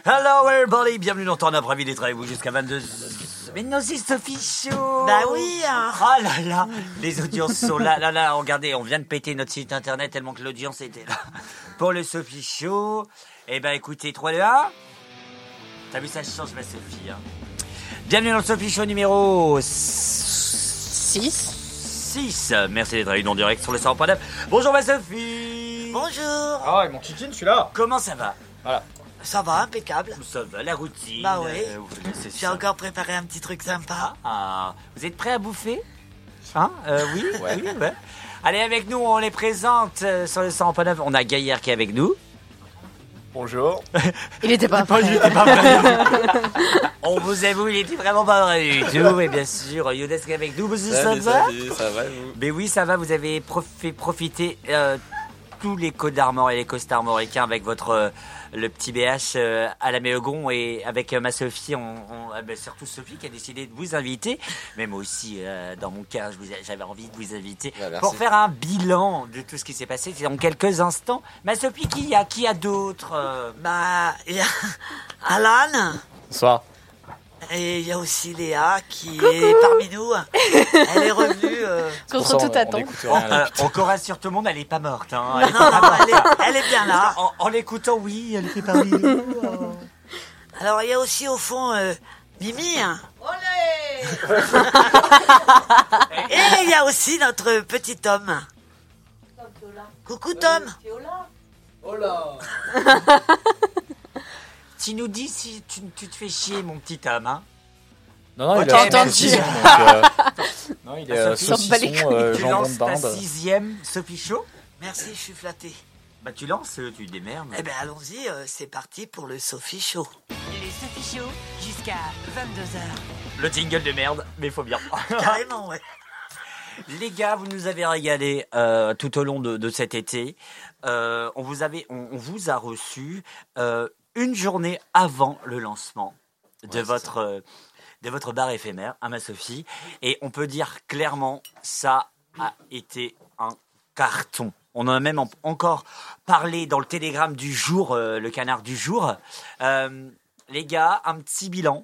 Hello everybody, bienvenue dans ton après-midi d'être avec vous jusqu'à 22h. Mais non, c'est Sophie Show. Bah oui, hein. Oh là là, les audiences sont là. Là, regardez, on vient de péter notre site internet tellement que l'audience était là. Pour le Sophie Show, eh ben écoutez, 3, 2, 1. T'as vu, ça change ma Sophie, hein. Bienvenue dans le Sophie Show numéro 6. Merci d'être avec nous en direct sur le 100.9. Bonjour ma Sophie. Bonjour. Ah, et mon kitchen, je suis là. Comment ça va? Voilà. Ça va, impeccable. Ça va, la routine. Bah oui. C'est J'ai ça. encore préparé un petit truc sympa. Ah, vous êtes prêts à bouffer? Hein? Oui, Ouais. oui, ouais. Allez, avec nous, on les présente sur le 100.9. On a Gaillard qui est avec nous. Bonjour. Il était pas prêt. On vous avoue, il était vraiment pas vrai du tout. Et bien sûr, Yodes qui est avec nous. Monsieur, ça va? Salut, ça va vous? Mais oui, ça va. Vous avez fait profiter tous les codes d'Armor et les costards armoricains avec votre le petit BH à la Méogon et avec ma Sophie, surtout Sophie qui a décidé de vous inviter. Mais moi aussi, dans mon cas, j'avais envie de vous inviter Merci. pour faire un bilan de tout ce qui s'est passé. C'est dans quelques instants. Ma Sophie, qui y a d'autres Bah, il y a Alan Bonsoir. et il y a aussi Léa qui est parmi nous. Elle est revenue. Contre toute attente. On rassure tout le monde, elle est pas morte. Hein. Elle est Non, pas morte. elle est bien là. En l'écoutant, oui, elle était parmi nous. Alors, il y a aussi au fond Mimi. Hein. Et il y a aussi notre petit Tom. Coucou Tom. Tu nous dis si tu te fais chier, mon petit homme. Hein. Non, il Ok, est à merci. saucisson, non, il est Sophie, s'en bat les saucisson, Tu jambon lances de ta dinde. 6e Sophie Show. Merci, je suis flatté. Bah tu lances, tu démerdes. Eh bien, allons-y, c'est parti pour le Sophie Show. Les Sophie Show jusqu'à 22h. Le jingle de merde, mais faut bien. Carrément, ouais. Les gars, vous nous avez régalé tout au long de cet été. On vous a reçu une journée avant le lancement de votre bar éphémère, à ma Sophie. Et on peut dire clairement, ça a été un carton. On en a même encore parlé dans le télégramme du jour, le canard du jour. Les gars, un petit bilan.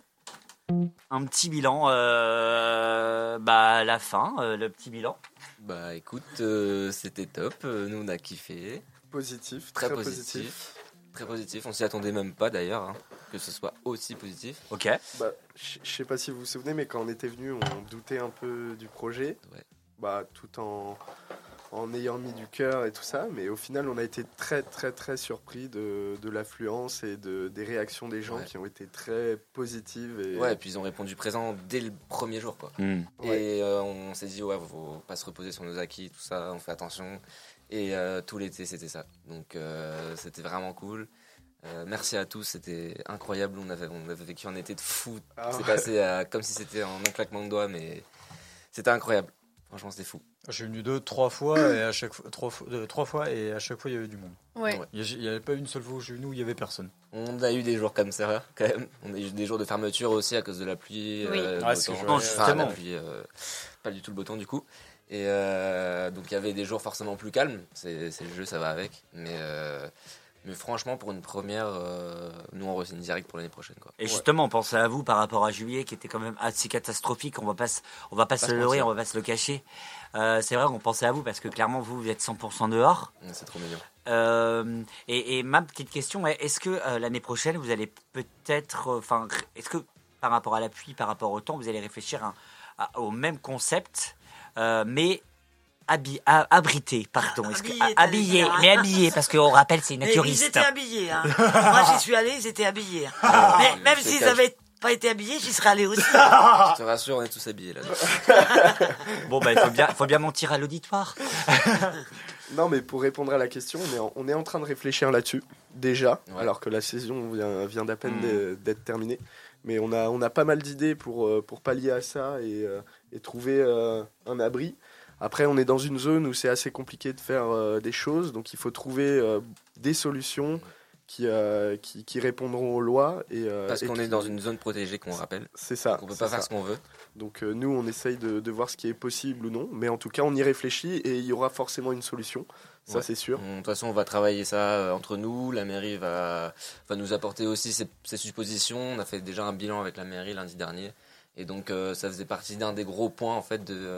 À la fin, le petit bilan. Bah écoute, c'était top, nous on a kiffé. Positif, Très positif. Très positif, on s'y attendait même pas d'ailleurs, hein, que ce soit aussi positif. Ok. Bah, je sais pas si vous vous souvenez, mais quand on était venu, on doutait un peu du projet. Ouais. Bah, tout en ayant mis du cœur et tout ça. Mais au final, on a été très, très, très surpris de l'affluence et des réactions des gens qui ont été très positives. Ouais, et puis ils ont répondu présent dès le premier jour, quoi. Et on s'est dit, faut pas se reposer sur nos acquis, tout ça, on fait attention. Et tout l'été, c'était ça. Donc c'était vraiment cool. Merci à tous, c'était incroyable. On avait vécu un été de fou. C'est passé comme si c'était en un claquement de doigts, mais c'était incroyable. Franchement, c'était fou. Je suis venu 3 fois et à chaque fois, 3 fois et à chaque fois il y avait du monde. Ouais. Il n'y avait pas une seule fois où je suis venu où il y avait personne. On a eu des jours comme ça, quand même. On a eu des jours de fermeture aussi à cause de la pluie. Oui. Le Ah, beau c'est temps. que je- Non, Enfin, justement. la pluie, pas du tout le beau temps du coup. Et donc il y avait des jours forcément plus calmes. C'est le jeu, ça va avec. Mais franchement, pour une première, nous on re-signe direct pour l'année prochaine, quoi. Et justement, pensez à vous par rapport à juillet qui était quand même assez catastrophique. On va pas se leurrer, on va pas se le cacher. C'est vrai, on pensait à vous parce que clairement vous êtes 100% dehors. C'est trop mignon. Et ma petite question est, est-ce que l'année prochaine vous allez peut-être, est-ce que par rapport à la pluie, par rapport au temps, vous allez réfléchir au même concept, mais abrité, pardon. Est-ce que Habillé, habillé, mais habillé parce qu'on rappelle c'est Mais naturiste. ils étaient habillés. Hein. Moi, j'y suis allé, ils étaient habillés. Mais même je s'ils cache. n'avaient pas été habillés, j'y serais allé aussi. Je te rassure, on est tous habillés là. Bon bah il faut bien mentir à l'auditoire. Non, mais pour répondre à la question, on est en train de réfléchir là-dessus, déjà, Ouais. alors que la saison vient d'à peine d'être terminée. Mais on a pas mal d'idées pour pallier à ça et trouver un abri. Après, on est dans une zone où c'est assez compliqué de faire des choses, donc il faut trouver des solutions qui répondront aux lois. Parce et qu'on est dans une zone protégée, qu'on rappelle. C'est ça. Donc on peut pas faire ce qu'on veut. Donc nous, on essaye de voir ce qui est possible ou non. Mais en tout cas, on y réfléchit et il y aura forcément une solution. Ça, c'est sûr. De toute façon, on va travailler ça entre nous. La mairie va nous apporter aussi ses suppositions. On a fait déjà un bilan avec la mairie lundi dernier. Et donc, ça faisait partie d'un des gros points en fait,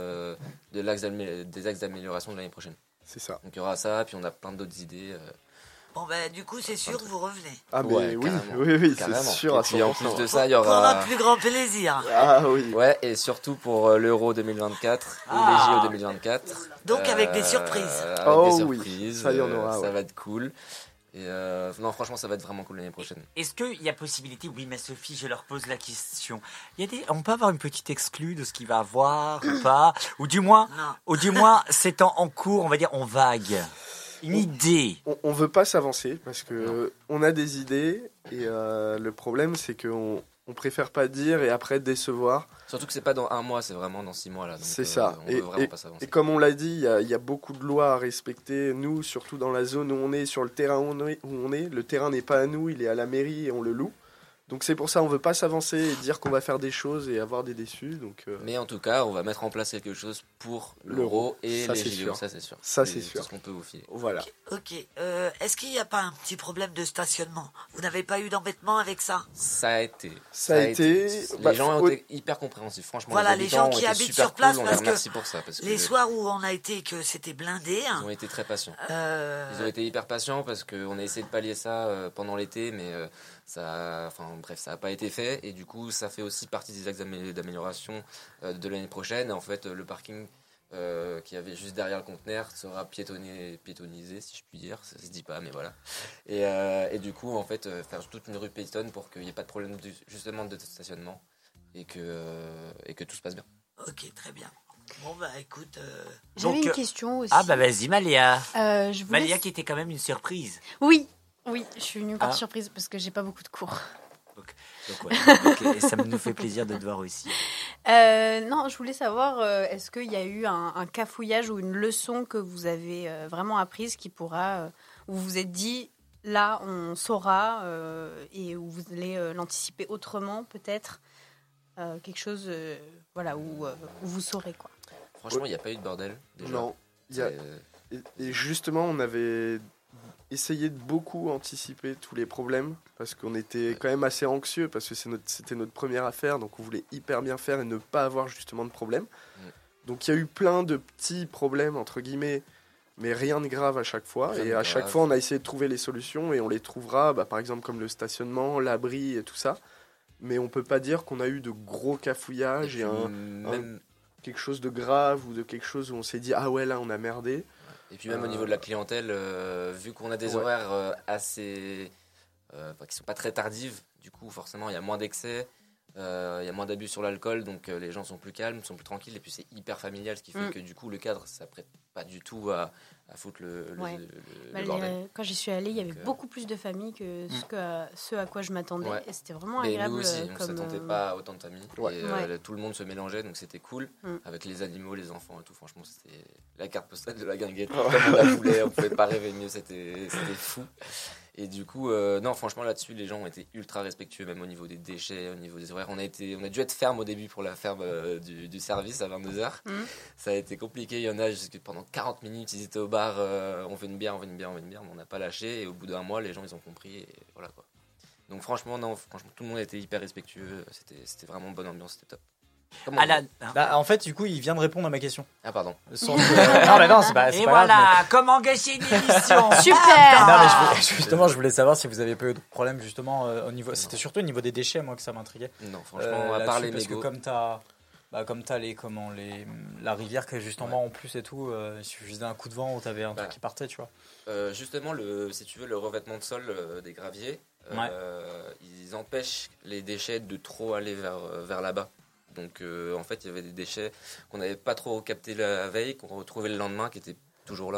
des axes d'amélioration de l'année prochaine. C'est ça. Donc, il y aura ça, puis on a plein d'autres idées. Bon, ben, du coup, c'est sûr, vous revenez. Ah, mais Ouais, oui, c'est sûr. Et puis, en plus de ça, il y Pour aura... notre plus grand plaisir. Ah oui. Ouais, et surtout pour l'Euro 2024 et les JO 2024. Donc, avec des surprises. Avec des oui, surprises. ça y en aura. Ça va être cool. Et non, franchement, ça va être vraiment cool l'année prochaine. Est-ce qu'il y a possibilité, oui, mais Sophie, je leur pose la question. On peut avoir une petite exclue de ce qu'il va avoir ou pas, ou du moins, c'est en cours, on va dire, on vague. Une idée. On veut pas s'avancer parce que on a des idées et le problème c'est qu'on préfère pas dire et après décevoir. Surtout que c'est pas dans 1 mois, c'est vraiment dans 6 mois là. C'est ça. On veut vraiment pas s'avancer. Et comme on l'a dit, il y a beaucoup de lois à respecter. Nous, surtout dans la zone où on est, sur le terrain où on est, le terrain n'est pas à nous, il est à la mairie et on le loue. Donc c'est pour ça on veut pas s'avancer et dire qu'on va faire des choses et avoir des déçus. Mais en tout cas, on va mettre en place quelque chose pour l'Euro et ça, les c'est JO, sûr. ça c'est sûr. Ça c'est sûr. C'est ce qu'on peut vous filer. Voilà. Ok. Est-ce qu'il n'y a pas un petit problème de stationnement? Vous n'avez pas eu d'embêtement avec ça? Ça a été. Ça a été. Les gens ont été hyper compréhensifs. Franchement, Voilà, les gens qui habitent sur place, parce que pour ça, parce les soirs où on a été, que c'était blindé. Ils ont été très patients. Ils ont été hyper patients parce qu'on a essayé de pallier ça pendant l'été, mais ça n'a pas été fait. Et du coup, ça fait aussi partie des axes d'amélioration de l'année prochaine. Et en fait, le parking qui avait juste derrière le conteneur sera piétonnisé, si je puis dire. Ça se dit pas, mais voilà. Et du coup, en fait, faire toute une rue piétonne pour qu'il n'y ait pas de problème justement de stationnement et que tout se passe bien. Ok, très bien. Bon, bah écoute. J'avais une question aussi. Ah, bah vas-y, Malia. Malia qui était quand même une surprise. Oui, je suis venue par surprise parce que j'ai pas beaucoup de cours. Et ça nous fait plaisir de te voir aussi. Non, je voulais savoir, est-ce qu'il y a eu un cafouillage ou une leçon que vous avez vraiment apprise qui pourra, où vous vous êtes dit, là, on saura, et où vous allez l'anticiper autrement, peut-être, quelque chose, où vous saurez, quoi. Franchement, il n'y a pas eu de bordel, déjà. Non. Et justement, on avait essayé de beaucoup anticiper tous les problèmes parce qu'on était quand même assez anxieux parce que c'était notre première affaire, donc on voulait hyper bien faire et ne pas avoir justement de problème. Donc il y a eu plein de petits problèmes entre guillemets, mais rien de grave à chaque fois. Et à chaque fois, on a essayé de trouver les solutions et on les trouvera, par exemple comme le stationnement, l'abri et tout ça. Mais on peut pas dire qu'on a eu de gros cafouillages et quelque chose de grave ou de quelque chose où on s'est dit ah ouais là on a merdé. Et puis même au niveau de la clientèle, vu qu'on a des horaires assez... qui sont pas très tardives, du coup forcément il y a moins d'excès, il y a moins d'abus sur l'alcool, donc les gens sont plus calmes, sont plus tranquilles, et puis c'est hyper familial, ce qui fait que du coup le cadre ça prête pas du tout à foutre le bordel. Quand j'y suis allée, il y avait beaucoup plus de familles que ce à quoi je m'attendais, et c'était vraiment agréable. Nous aussi, on s'attendait pas à autant de familles, et tout le monde se mélangeait, donc c'était cool, avec les animaux, les enfants et tout, franchement c'était la carte postale de la guinguette, comme on la voulait, on pouvait pas rêver mieux, c'était fou. Et du coup, non, franchement, là-dessus, les gens ont été ultra respectueux, même au niveau des déchets, au niveau des horaires. On a dû être ferme au début pour la ferme du service à 22h. Ça a été compliqué. Il y en a jusque pendant 40 minutes, ils étaient au bar, on veut une bière, mais on n'a pas lâché. Et au bout d'un mois, les gens, ils ont compris. Et voilà, quoi. Donc, franchement, tout le monde a été hyper respectueux. C'était vraiment une bonne ambiance, c'était top. En fait, du coup, il vient de répondre à ma question. Ah, pardon. Non, c'est pas et voilà, grave, comment gâcher une émission. Super. Non, mais justement, je voulais savoir si vous avez pas eu de problème justement au niveau. C'était surtout au niveau des déchets, moi, que ça m'intriguait. Non, franchement, à part les mégots. Parce que comme t'as la rivière qui est juste en bas en plus et tout, il suffisait d'un coup de vent où t'avais un truc qui partait, tu vois. Justement, si tu veux, le revêtement de sol des graviers, ils empêchent les déchets de trop aller vers là-bas. Donc en fait, il y avait des déchets qu'on n'avait pas trop captés la veille, qu'on retrouvait le lendemain, qui étaient toujours là en fait.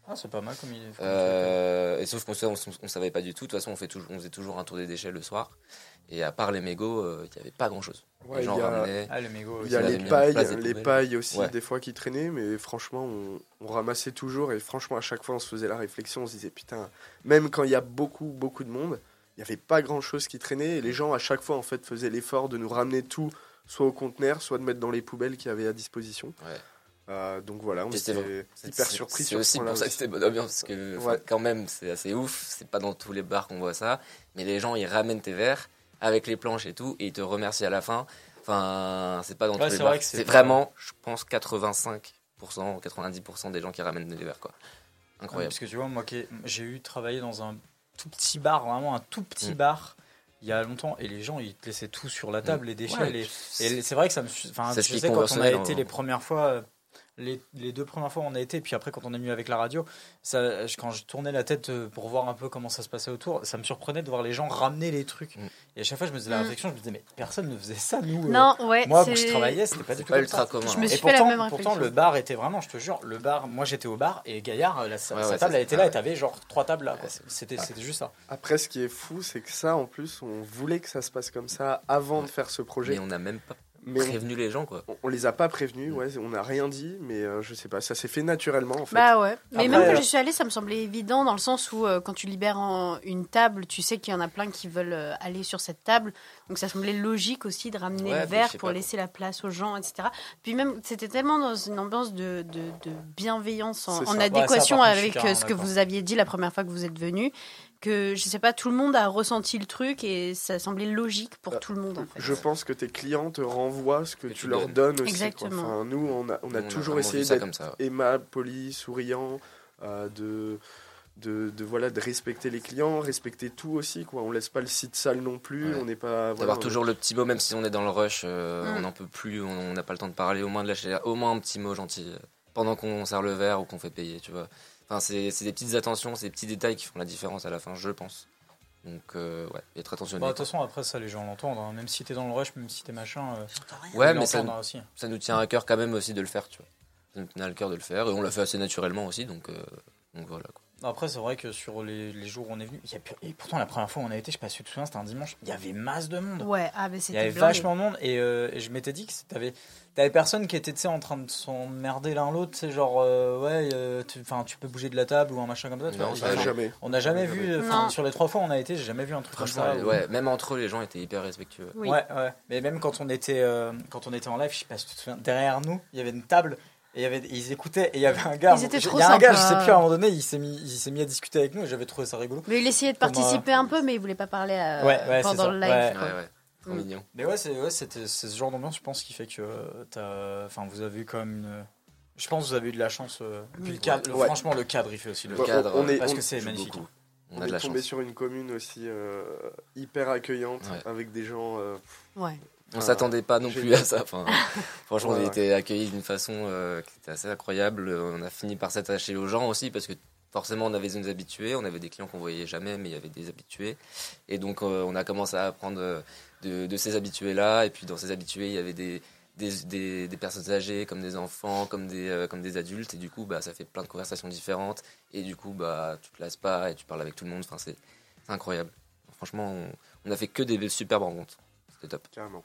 Ah, c'est pas mal comme idée. Et sauf qu'on savait pas du tout. De toute façon, on faisait toujours un tour des déchets le soir. Et à part les mégots, il n'y avait pas grand-chose. Ouais, Les gens ramenaient. Ah, les mégots. Il y a Ils les avaient mis en place des pailles, poubelles. aussi, Ouais. des fois qui traînaient, mais franchement, on ramassait toujours. Et franchement, à chaque fois, on se faisait la réflexion, on se disait, putain, même quand il y a beaucoup de monde, il n'y avait pas grand-chose qui traînait. Et les gens, à chaque fois, en fait, faisaient l'effort de nous ramener tout, soit au conteneur, soit de mettre dans les poubelles qu'il y avait à disposition. Ouais. Donc voilà, on Et était hyper surpris C'est sur ce aussi point-là pour ça que aussi. c'était bonne ambiance, parce que Ouais. quand même, c'est assez ouf. C'est pas dans tous les bars qu'on voit ça. Mais les gens, ils ramènent tes verres avec les planches et tout, et ils te remercient à la fin. Enfin, c'est pas dans tous les c'est bars. vrai que c'est C'est pas- vraiment, je pense, 85%, 90% des gens qui ramènent des verres, quoi. Incroyable. Parce que tu vois, moi, j'ai eu travaillé dans un tout petit bar, vraiment un tout petit Mm. bar, il y a longtemps, et les gens, ils te laissaient tout sur la table, les déchets. Ouais. Et c'est vrai que ça me. Enfin, C'est je ce qui est sais, quand on a conventionnel, été hein. les premières fois. Les 2 premières fois on a été, puis après quand on est venu avec la radio, quand je tournais la tête pour voir un peu comment ça se passait autour, ça me surprenait de voir les gens ramener les trucs. Et à chaque fois je me faisais la réflexion, je me disais mais personne ne faisait ça, nous. Non, ouais. Moi c'est- quand je travaillais, c'était pas du tout Pas comme ultra ça. commun. Je me hein. suis Et fait la même pourtant réflexion. le bar était vraiment, je te jure, le bar, moi j'étais au bar et Gaillard, sa Ouais, table ça, elle était c'est là ça. et t'avais genre 3 tables là. quoi. Ouais, C'était juste ça. Après, ce qui est fou, c'est que ça, en plus, on voulait que ça se passe comme ça avant de faire ce projet. Mais on n'a même pas Mais prévenu les gens, quoi. on les a pas prévenus, ouais, on n'a rien dit, mais je sais pas, ça s'est fait naturellement en fait. Bah ouais. Mais Après, même quand je suis allée, ça me semblait évident dans le sens où quand tu libères une table, tu sais qu'il y en a plein qui veulent aller sur cette table. Donc ça semblait logique aussi de ramener Ouais, le mais verre je sais pour pas. laisser la place aux gens, etc. Puis même, c'était tellement dans une ambiance de bienveillance en C'est ça. adéquation Ouais, ça, par contre, je suis avec carrément ce que d'accord. vous aviez dit la première fois que vous êtes venu. Que je sais pas, tout le monde a ressenti le truc et ça semblait logique pour tout le monde en fait. Je pense que tes clients te renvoient ce que Que tu tu leur donnes. donnes aussi. Exactement. Quoi. Enfin, nous, on a On toujours vraiment essayé vu ça d'être comme ça. aimable, poli, souriant, de respecter les clients, respecter tout aussi. Quoi. On laisse pas le site sale non plus. Ouais. On n'est pas. D'avoir on est- toujours le petit mot, même si on est dans le rush, on n'en peut plus, on n'a pas le temps de parler, au moins de lâcher au moins un petit mot gentil pendant qu'on sert le verre ou qu'on fait payer, tu vois. Enfin, c'est des petites attentions, c'est des petits détails qui font la différence à la fin, je pense. Donc, ouais, être attentionné. Bah, de toute façon, après ça, les gens l'entendent. hein. Même si t'es dans le rush, même si t'es machin, Ouais, ils mais ça, l'entendent aussi. ça nous tient à cœur quand même aussi de le faire, tu vois. Ça nous tenait à cœur de le faire et on l'a fait assez naturellement aussi, donc voilà, quoi. Après, c'est vrai que sur les jours où on est venu, et pourtant la première fois où on a été, je sais pas si tu te souviens, c'était un dimanche, il y avait masse de monde. Ouais, ah mais Il y c'était avait blindé. vachement de monde et je m'étais dit que t'avais personne qui était tu sais, en train de s'emmerder l'un l'autre, tu sais, genre tu peux bouger de la table ou un machin comme ça. tu Non, vois. ça, Ah, jamais. On n'a jamais vu, Non. sur les 3 fois où on a été, j'ai jamais vu un truc comme Franchement, ça. ouais, même entre eux, les gens étaient hyper respectueux. Oui. Ouais. Mais même quand on était en live, je sais pas si tu te souviens, derrière nous, il y avait une table. Et ils écoutaient et il y avait un gars. Ils étaient trop il y a un gars, je sympas. sais plus, à un moment donné, il s'est mis à discuter avec nous et j'avais trouvé ça rigolo. Mais il essayait de Comme, participer un peu, mais il voulait pas parler Ouais, c'est pendant ça. le live. Ouais. quoi. Ouais, trop Mm. mignon. Mais c'est ce genre d'ambiance, je pense, qui fait que vous avez eu quand même une. Je pense que vous avez eu de la chance. Puis le cadre, Ouais. franchement, le cadre, il fait aussi le Le Ouais, cadre, on est- parce on- que c'est joue magnifique. beaucoup. On On a de la est tombé chance. sur une commune aussi hyper accueillante, Ouais. avec des gens. Ouais. On s'attendait pas non plus Génial. à ça. Enfin, franchement, Ouais, on a ouais. été accueillis d'une façon qui était assez incroyable. On a fini par s'attacher aux gens aussi parce que forcément, on avait des habitués. On avait des clients qu'on voyait jamais, mais il y avait des habitués. Et donc, on a commencé à apprendre de ces habitués-là. Et puis, dans ces habitués, il y avait des personnes âgées, comme des enfants, comme des adultes. Et du coup, ça fait plein de conversations différentes. Et du coup, tu te lasses pas et tu parles avec tout le monde. Enfin, c'est incroyable. Franchement, on a fait que des superbes rencontres. C'était top. Carrément.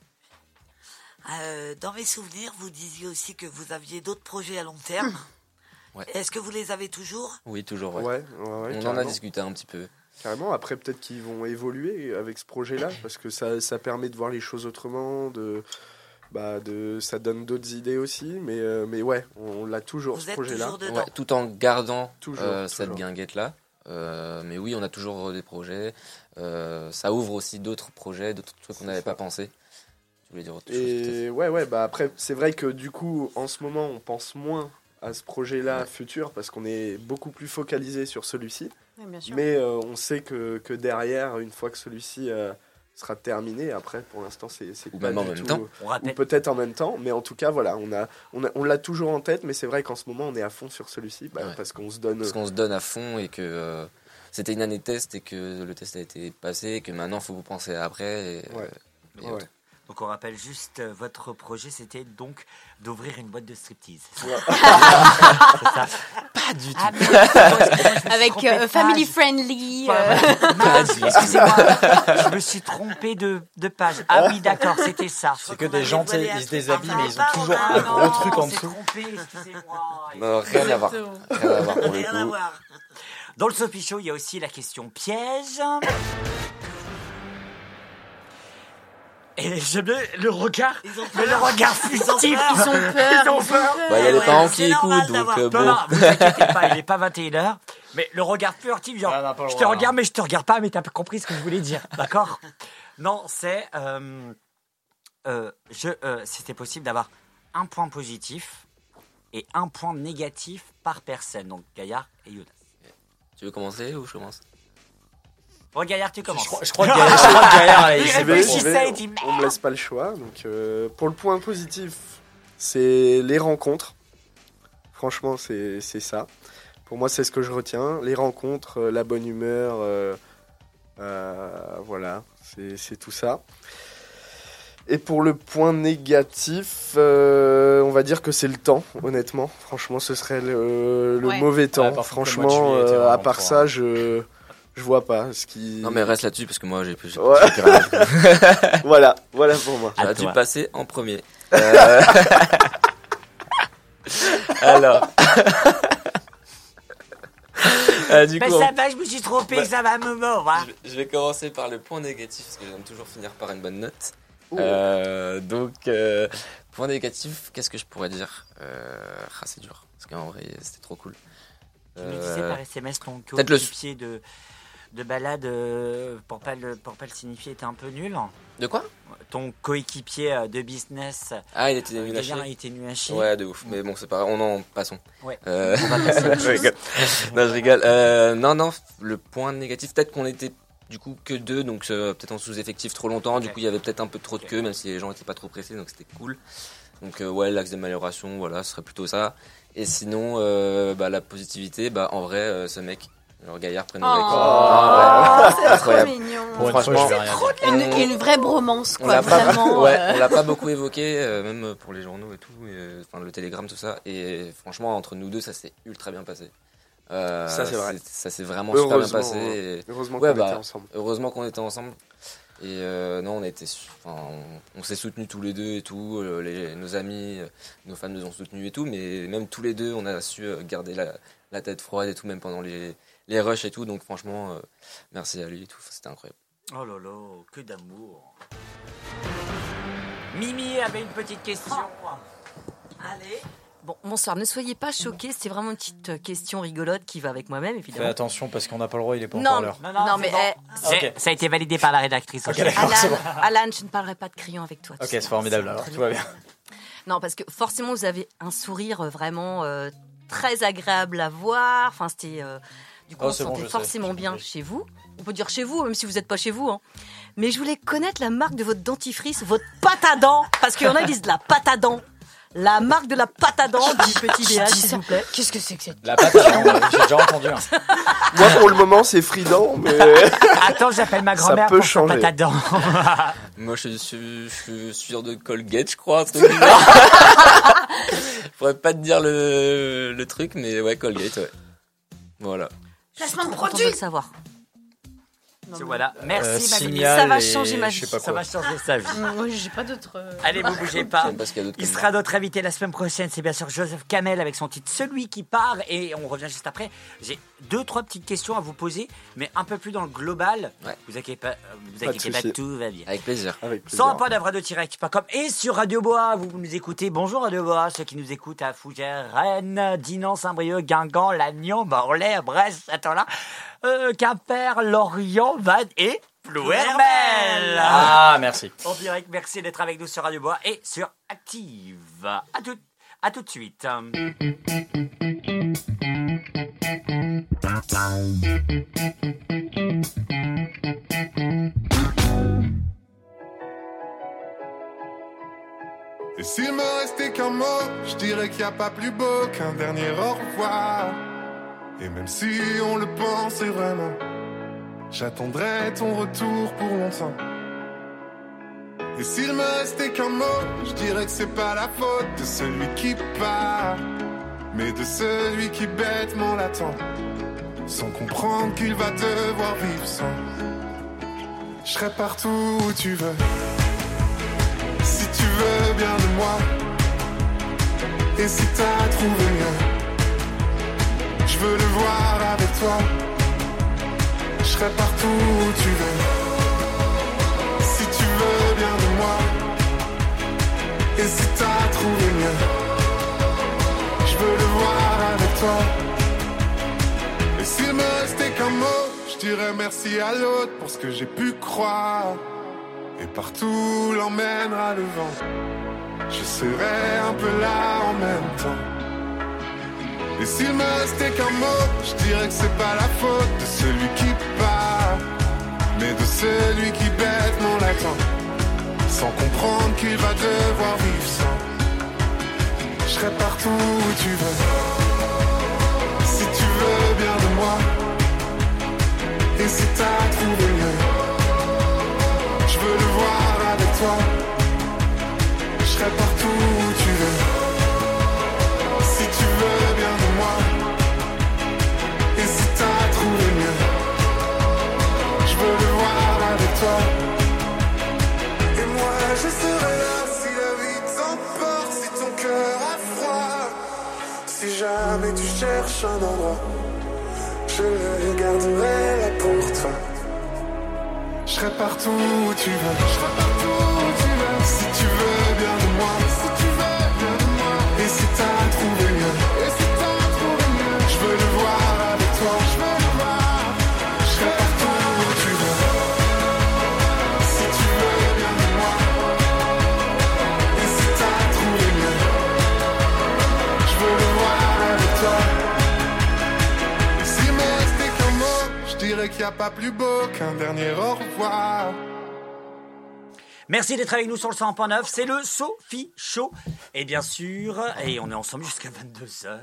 Dans mes souvenirs, vous disiez aussi que vous aviez d'autres projets à long terme. Ouais. Est-ce que vous les avez toujours? Oui, toujours. Ouais. Ouais, On en a carrément. discuté un petit peu. Carrément, après peut-être qu'ils vont évoluer avec ce projet-là, parce que ça permet de voir les choses autrement, ça donne d'autres idées aussi, mais ouais, on l'a toujours, Vous ce êtes projet-là. toujours dedans? Ouais, tout en gardant Toujours, cette toujours. guinguette-là. Mais oui, on a toujours des projets. Ça ouvre aussi d'autres projets, d'autres trucs qu'on C'est n'avait ça. pas pensé. Tu voulais dire autre chose peut-être? Et ouais, après, c'est vrai que du coup, en ce moment, on pense moins à ce projet-là Ouais. futur, parce qu'on est beaucoup plus focalisé sur celui-ci. Oui, bien sûr. Mais on sait que derrière, une fois que celui-ci sera terminé, après, pour l'instant, c'est Ou pas même en du même tout- temps. On Ou rappelle, peut-être en même temps, mais en tout cas, voilà, on l'a toujours en tête, mais c'est vrai qu'en ce moment, on est à fond sur celui-ci, Ouais. parce qu'on se donne. Parce qu'on se donne à fond et que c'était une année de test et que le test a été passé et que maintenant, il faut vous penser à après. Et, Ouais. et Ouais. autres. Donc on rappelle juste, votre projet c'était donc d'ouvrir une boîte de striptease. Ouais. C'est ça. Pas du tout. Ah, mais excusez-moi, je me suis Avec trompé de page. family friendly. Mince, excusez-moi, je me suis trompé de page. Ah oui, d'accord, c'était ça. C'est que des gens, tu sais, ils se déshabillent, mais ils ont Ah, toujours ah, un non, gros truc en on s'est dessous. trompé, excusez-moi. Non, rien à voir. Rien à voir pour le Rien à coup. voir. Dans le Sophie Show, il y a aussi la question piège. Et j'aime bien le regard, mais le regard fustif. Ils ont peur. Ils ont peur. Bah, il y a les Ouais, parents c'est qui normal écoutent, donc d'avoir Non, bon. non, vous inquiétez pas, il n'est pas 21h. Mais le regard furtif, genre, Ah, on n'a pas le je te droit, regarde, mais je te regarde pas, mais t'as compris ce que je voulais dire, d'accord? Non, c'est, c'était possible d'avoir un point positif et un point négatif par personne. Donc, Gaillard et Younes. Tu veux commencer ou je commence? Bon, Gaillard, tu commences. Je crois que Gaillard, allez, Il c'est réfléchissait, vais, il dit, on me laisse pas le choix. Donc, pour le point positif, c'est les rencontres. Franchement, c'est ça. Pour moi, c'est ce que je retiens. Les rencontres, la bonne humeur, voilà, c'est tout ça. Et pour le point négatif, on va dire que c'est le temps, honnêtement. Franchement, ce serait le Ouais. mauvais temps. Ouais, par contre, le mois de Franchement, juillet était à vraiment part fort, ça, hein. je vois pas ce qui. Non, mais reste là-dessus parce que moi, j'ai plus. Ouais. j'ai plus rien. Voilà pour moi. À J'aurais dû toi. passer en premier. Alors. Du Mais coup, ça va, je me suis trompé, Ouais. ça va me mordre. Hein. je vais commencer par le point négatif parce que j'aime toujours finir par une bonne note. Ouh. Donc, point négatif, qu'est-ce que je pourrais dire? C'est dur parce qu'en vrai, c'était trop cool. Tu me disais par SMS ton peut-être le- coéquipier de balade, pour pas le signifier, était un peu nul. De quoi? Ton coéquipier de business, Ah, il était nul à Gaillard, chier. il était nul à chier. Ouais, de ouf. Mais bon, c'est pas grave. Passons. Ouais. On va passer à autre je rigole. Non, je rigole. Non, le point négatif, peut-être qu'on était du coup que deux, donc peut-être en sous-effectif trop longtemps. Du Ok. coup, il y avait peut-être un peu trop de queue, même si les gens étaient pas trop pressés, donc c'était cool. Donc ouais, l'axe d'amélioration, voilà, ce serait plutôt ça. Et sinon, la positivité, en vrai, ce mec, alors Gaillard, prénom Oh, avec. Ah, ouais. c'est trop Incroyable. mignon. Pour une fois, Franchement, je vais rien dire. Une vraie bromance, On quoi, l'a pas, vraiment. ouais, on l'a pas beaucoup évoqué, même pour les journaux et tout, enfin le télégramme, tout ça. Et franchement, entre nous deux, ça s'est ultra bien passé. Ça, c'est vrai. Ça s'est vraiment super bien Heureusement, passé. Et Heureusement Ouais, qu'on était ensemble. heureusement qu'on était ensemble. Et non, on s'est soutenus tous les deux et tout. Nos amis, nos femmes nous ont soutenus et tout. Mais même tous les deux, on a su garder la tête froide et tout, même pendant les rushs et tout. Donc franchement, merci à lui et tout. C'était incroyable. Oh là là, que d'amour. Mimi avait une petite question. Allez. Bon, bonsoir, ne soyez pas choqués, c'était vraiment une petite question rigolote qui va avec moi-même, Fais évidemment. attention parce qu'on n'a pas le droit, il est pas Non, encore l'heure. non, mais Ok. Ça a été validé par la rédactrice. Ok, d'accord, c'est bon. Alan, je ne parlerai pas de crayon avec toi. Ok, c'est formidable alors, tout va bien. Non, parce que forcément, vous avez un sourire vraiment très agréable à voir. Enfin, c'était... du coup, Oh, on se c'est bon, sentait je sais. forcément bien chez vous. On peut dire chez vous, même si vous n'êtes pas chez vous. Hein. Mais je voulais connaître la marque de votre dentifrice, votre pâte à dents. Parce qu'il y en a qui disent de la pâte à dents. La marque de la pâte à dents du petit DH, s'il vous plaît. Qu'est-ce que c'est que cette... La pâte à dents, j'ai déjà entendu. Hein. Moi, pour le moment, c'est Fridan, mais Attends, j'appelle ma grand-mère peut pour sa changer. pâte à dents. Moi, je suis sûr de Colgate, je crois. Un truc du genre. Je pourrais pas te dire le truc, mais ouais, Colgate, ouais. Voilà. Placement de Content de produit. le savoir. Voilà, merci ma Mimi. Signal Ça va et changer ma je sais vie. pas Ça va quoi. changer sa vie. Moi, j'ai pas d'autres... Allez, vous bougez Je pas. sais pas ce qu'il y a d'autre Il comme sera notre invité la semaine prochaine, c'est bien sûr Joseph Kamel avec son titre Celui qui part et on revient juste après. J'ai 2-3 petites questions à vous poser, mais un peu plus dans le global. Ouais. Vous inquiétez pas, de souci. tout va bien. Avec plaisir. avec plaisir. Sans pas d'avradio-direct.com et sur Radio Bois, vous nous écoutez. Bonjour Radio Bois, ceux qui nous écoutent à Fougères, Rennes, Dinan, Saint-Brieuc, Guingamp, Lannion, Morlaix, Brest, Châtelain, Quimper, Lorient, Vannes et Plouermel. Ah, merci. En direct, merci d'être avec nous sur Radio Bois et sur Active. À tout de suite. Et s'il me restait qu'un mot, je dirais qu'il n'y a pas plus beau qu'un dernier au revoir. Et même si on le pensait vraiment, j'attendrai ton retour pour longtemps. Et s'il me restait qu'un mot, je dirais que c'est pas la faute de celui qui part, mais de celui qui bêtement l'attend, sans comprendre qu'il va devoir vivre sans. Je serai partout où tu veux, si tu veux bien de moi. Et si t'as trouvé mieux, je veux le voir avec toi. Je serai partout où tu veux, si tu veux bien de moi. Et si t'as trouvé mieux, je veux le voir avec toi. Et s'il me restait qu'un mot, je dirais merci à l'autre pour ce que j'ai pu croire. Et partout l'emmènera le vent, je serai un peu là en même temps. Et s'il me restait qu'un mot, je dirais que c'est pas la faute de celui qui part, mais de celui qui bêtement l'attend, sans comprendre qu'il va devoir vivre sans. Je serai partout où tu veux, si tu veux bien de moi. Et si t'as trouvé mieux, je veux le voir avec toi. Je serai partout où tu veux, si tu veux bien de moi. Et si t'as trouvé mieux, je veux le voir avec toi. Et moi je serai là si la vie t'emporte, si ton cœur a froid. Si jamais tu cherches un endroit, je le garderai là pour toi. Je serai partout où tu veux, je serai partout où tu veux. Si tu veux bien de moi, si tu veux bien de moi. Et si t'as trouvé mieux, et si t'as trouvé mieux, je veux le voir avec toi, je veux le voir. Je serai partout où tu veux, si tu veux bien de moi. Et si t'as trouvé mieux, je veux le voir avec toi. Et s'il me restait qu'un mot, je dirais qu'il n'y a pas plus beau qu'un dernier au revoir. Merci d'être avec nous sur le 100.9, c'est le Sophie Show. Et bien sûr, et on est ensemble jusqu'à 22h.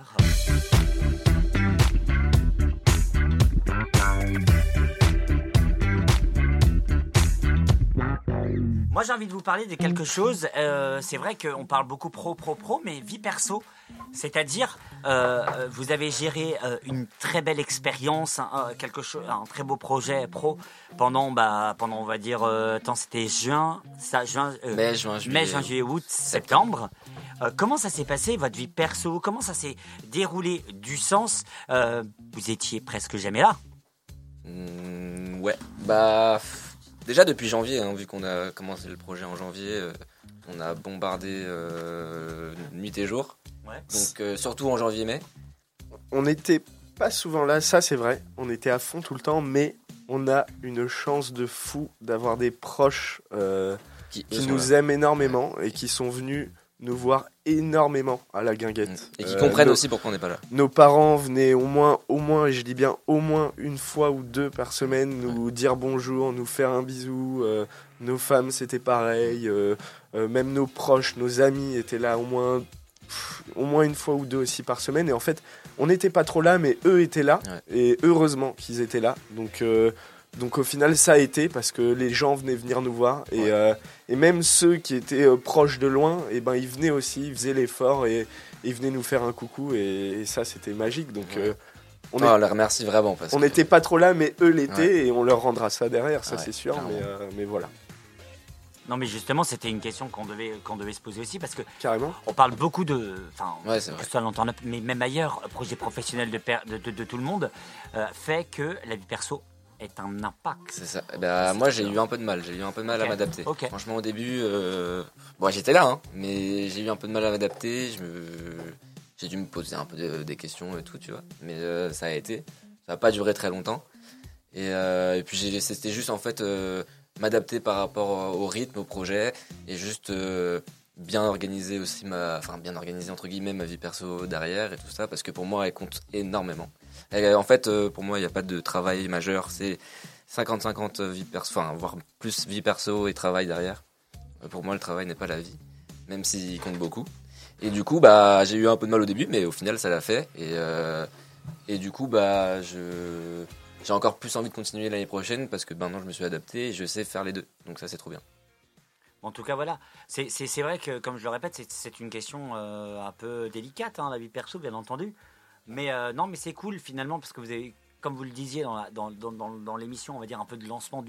Moi j'ai envie de vous parler de quelque chose, c'est vrai qu'on parle beaucoup pro, mais vie perso, c'est-à-dire vous avez géré une très belle expérience, un très beau projet pro pendant on va dire, c'était mai, juin, juillet, août, septembre. Comment ça s'est passé votre vie perso? Comment ça s'est déroulé du sens? Vous étiez presque jamais là. Ouais, bah... Déjà depuis janvier, vu qu'on a commencé le projet en janvier, on a bombardé nuit et jour. Ouais. Donc surtout en janvier-mai. On n'était pas souvent là, ça c'est vrai. On était à fond tout le temps, mais on a une chance de fou d'avoir des proches qui nous aiment énormément et qui sont venus nous voir énormément à la Guinguette. Et qui comprennent aussi pourquoi on n'est pas là. Nos parents venaient au moins, et je dis bien au moins une fois ou deux par semaine nous dire bonjour, nous faire un bisou. Nos femmes c'était pareil. Même nos proches, nos amis étaient là au moins une fois ou deux aussi par semaine. Et en fait, on n'était pas trop là, mais eux étaient là. Ouais. Et heureusement qu'ils étaient là. Donc au final, ça a été parce que les gens venaient venir nous voir. Et même ceux qui étaient proches de loin, ils venaient aussi, ils faisaient l'effort et ils venaient nous faire un coucou. Et ça, c'était magique. Donc on les remercie vraiment. On n'était pas trop là, mais eux l'étaient et on leur rendra ça derrière, ça c'est sûr. Mais voilà. Non, mais justement, c'était une question qu'on devait se poser aussi parce que carrément. On parle beaucoup de, c'est vrai. Que ce soit à l'entendre, mais même ailleurs, projet professionnel de tout le monde fait que la vie perso est un impact. C'est ça. Moi, j'ai eu un peu de mal. À m'adapter. Okay. Franchement, au début, j'étais là, mais j'ai eu un peu de mal à m'adapter. J'ai dû me poser un peu des questions et tout, tu vois. Mais ça a été. Ça n'a pas duré très longtemps. Et puis, c'était juste, en fait, m'adapter par rapport au rythme, au projet. Et juste bien organiser aussi bien organiser, entre guillemets, ma vie perso derrière et tout ça. Parce que pour moi, elle compte énormément. Et en fait, pour moi, il n'y a pas de travail majeur. C'est 50-50 vie perso, voire plus vie perso et travail derrière. Pour moi, le travail n'est pas la vie, même s'il compte beaucoup. Et du coup, j'ai eu un peu de mal au début, mais au final, ça l'a fait. Et du coup, j'ai encore plus envie de continuer l'année prochaine parce que maintenant, je me suis adapté et je sais faire les deux. Donc ça, c'est trop bien. En tout cas, voilà. C'est vrai que, comme je le répète, c'est une question un peu délicate, la vie perso, bien entendu. Mais non, mais c'est cool finalement parce que vous avez, comme vous le disiez dans l'émission, on va dire un peu de lancement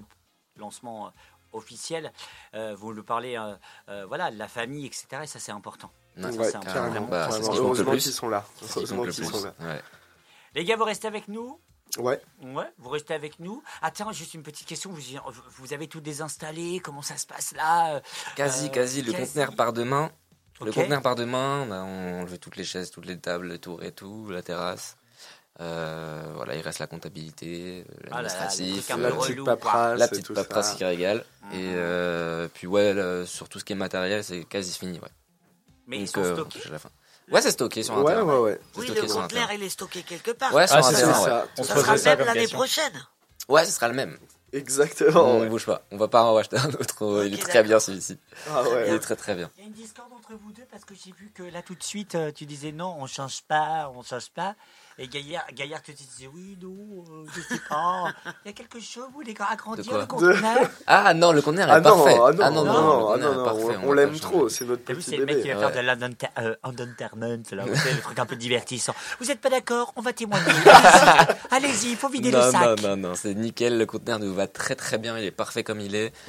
officiel. Vous nous parlez, voilà, de la famille, etc. Et ça, c'est important. Ouais, Ça, c'est important. carrément. Heureusement qu'ils sont là. Heureusement qu'ils sont là. Ouais. Les gars, vous restez avec nous? Ouais. Ouais, vous restez avec nous. Attends, juste une petite question. Vous avez tout désinstallé? Comment ça se passe là? Quasi. Le conteneur part demain. Ok. Le conteneur part demain. On a enlevé toutes les chaises, toutes les tables, le tour et tout, la terrasse. Voilà, il reste la comptabilité, l'administratif, truc un peu La relou, petite quoi. paperasse. la et petite tout paperasse ça. qui régale. Et puis sur tout ce qui est matériel, c'est quasi fini. Ouais. Mais ils Donc, sont stockés? jusqu'à la fin. Ouais, c'est stocké sur un Ouais, terrain. ouais. C'est Oui, stocké le sur un conteneur, terrain. il est stocké quelque part. Ouais, sur Ah, un c'est terrain, ça. ouais. On se Ça posait sera ça même comme l'année question. prochaine. Ouais, ce sera le même. Exactement. On Ouais. bouge pas. On va pas en racheter un autre. Il est Ok, très bien celui-ci. Ah Il ouais. est très très bien. Il y a une discorde entre vous deux parce que j'ai vu que là tout de suite tu disais non, on change pas. Et Gaillard te disait oui, non, je sais pas. Il y a quelque chose, vous voulez De agrandir quoi le conteneur? Ah non, le conteneur est Ah non, parfait. non, le conteneur est parfait, on va l'aime pas le trop, changer. c'est notre T'as vu, petit c'est le mec qui bébé. va faire de l'entertainment, là, vous savez, le truc un peu divertissant. Vous n'êtes pas d'accord? On va témoigner. Allez-y, il faut vider le sac. Non, c'est nickel. Le conteneur nous va très très bien. Il est parfait comme il est.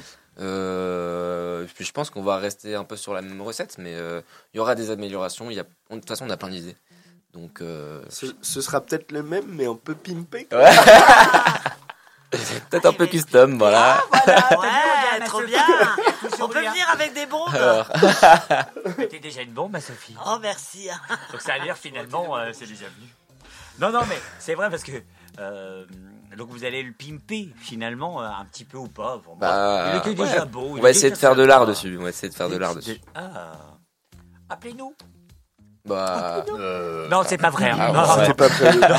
Puis je pense qu'on va rester un peu sur la même recette, mais il y aura des améliorations. De toute façon, on a plein d'idées. Donc, Ce sera peut-être le même, mais un peu pimpé. peut-être un peu custom, voilà. Ouais, trop bien. On peut venir avec des bombes. Alors, T'es déjà une bombe, ma Sophie. Oh, merci. Donc ça veut dire finalement, c'est déjà venu. Non, mais c'est vrai parce que donc vous allez le pimper finalement un petit peu ou pas. Bon, il était déjà beau. on va essayer de faire de l'art dessus. Ah. Appelez-nous. Bah, Non, c'est pas vrai. hein. Ah, Non, ouais. C'est pas prêt. non,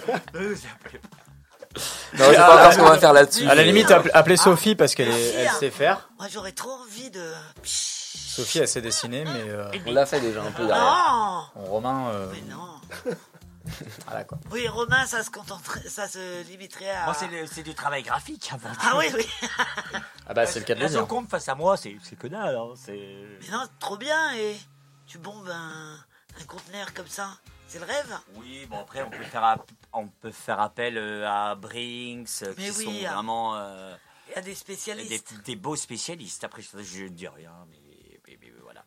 c'est pas encore ce qu'on va faire là-dessus. À la mais- limite, appelez Sophie parce qu'elle elle sait faire. Moi, j'aurais trop envie de. Sophie, elle sait dessiner, mais On l'a fait déjà un peu derrière. Non. Romain. Mais non. Voilà quoi. Oui, Romain, ça se limiterait à. Bon, c'est du travail graphique avant tout. Ah oui. Ah bah c'est le cas de La le dire. seconde face à moi, c'est que dalle. Hein. Mais non, trop bien. Et tu bombes un conteneur comme ça. C'est le rêve. Oui, bon après on peut faire appel à Brinks Mais qui oui, sont vraiment Il y a des spécialistes. des beaux spécialistes. Après je ne dis rien, mais voilà.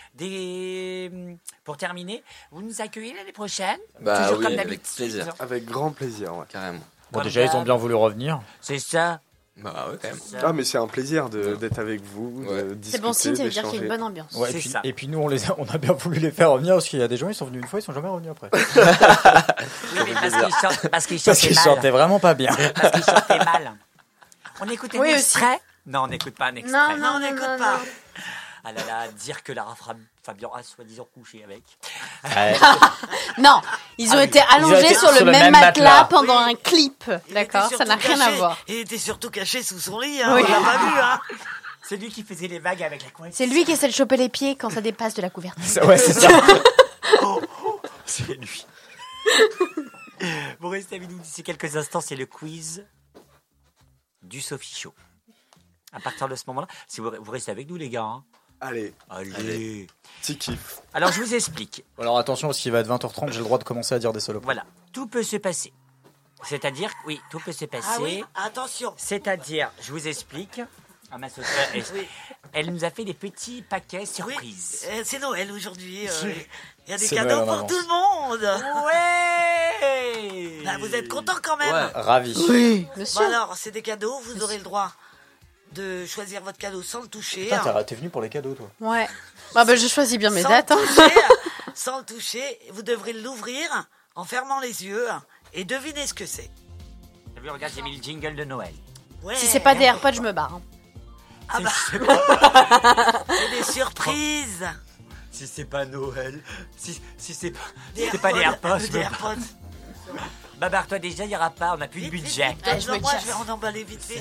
Pour terminer, vous nous accueillez l'année prochaine? Bah Toujours oui, comme avec d'habitude. plaisir. Avec grand plaisir, ouais. Carrément. Bon, Comme déjà, ils ont d'hab. bien voulu revenir. C'est ça. Bah ouais, quand même. Ah, mais c'est un plaisir d'être avec vous, Ouais. de discuter, C'est bon signe, ça veut dire qu'il y a une d'échanger. bonne ambiance. Ouais, C'est ça. et puis nous, on a bien voulu les faire revenir parce qu'il y a des gens, ils sont venus une fois, ils sont jamais revenus après. Oui, mais parce qu'ils Parce qu'ils chantaient chantaient mal. vraiment pas bien. Parce qu'ils chantaient mal. On écoute un Oui, aussi. extrait? Non, on n'écoute pas un extrait. Non, Non, on n'écoute pas. Ah là là, dire que Lara Fabian a soi-disant couché avec. Non, ils ont Ah oui. été allongés été sur le même matelas pendant un clip. Il D'accord, était ça n'a surtout rien à caché- voir. Il était surtout caché sous son lit. Hein, Oui. On l'a pas vu. Hein. C'est lui qui faisait les vagues avec la couette. C'est lui qui essaie de choper les pieds quand ça dépasse de la couverture. Ouais, c'est ça. C'est lui. Vous restez avec nous d'ici quelques instants, c'est le quiz du Sophie Show. À partir de ce moment-là, si vous restez avec nous les gars. Hein. Allez, Allez. petit kiff. Alors je vous explique. Alors attention, parce qu'il va être 20h30, j'ai le droit de commencer à dire des saloperies. Voilà, tout peut se passer. C'est-à-dire, oui, tout peut se passer. Ah oui, attention. C'est-à-dire, je vous explique. À ma société, Oui. elle nous a fait des petits paquets surprises. Oui, c'est Noël aujourd'hui. Il y a des C'est cadeaux Noël en pour tout le monde. Ouais. Là, vous êtes contents quand même. Ouais. Ravi. Oui, Bon, monsieur. alors, c'est des cadeaux. Vous aurez le droit de choisir votre cadeau sans le toucher. Putain, t'es venu pour les cadeaux, toi. Ouais. Bah, je choisis bien mes Sans dates. le Hein. toucher, sans le toucher. Vous devrez l'ouvrir en fermant les yeux et devinez ce que c'est. T'as vu, regarde, j'ai mis le jingle de Noël. Ouais. Si c'est pas des AirPods, je me barre. Hein. Ah bah, C'est pas- c'est des surprises. si c'est pas Noël, si c'est Des pas les AirPods, AirPods, je des me AirPods. bah barre-toi déjà, il y aura pas, on n'a plus de Vite, budget. vite, vite, Allez, je me moi, casse. je vais en emballer vite fait.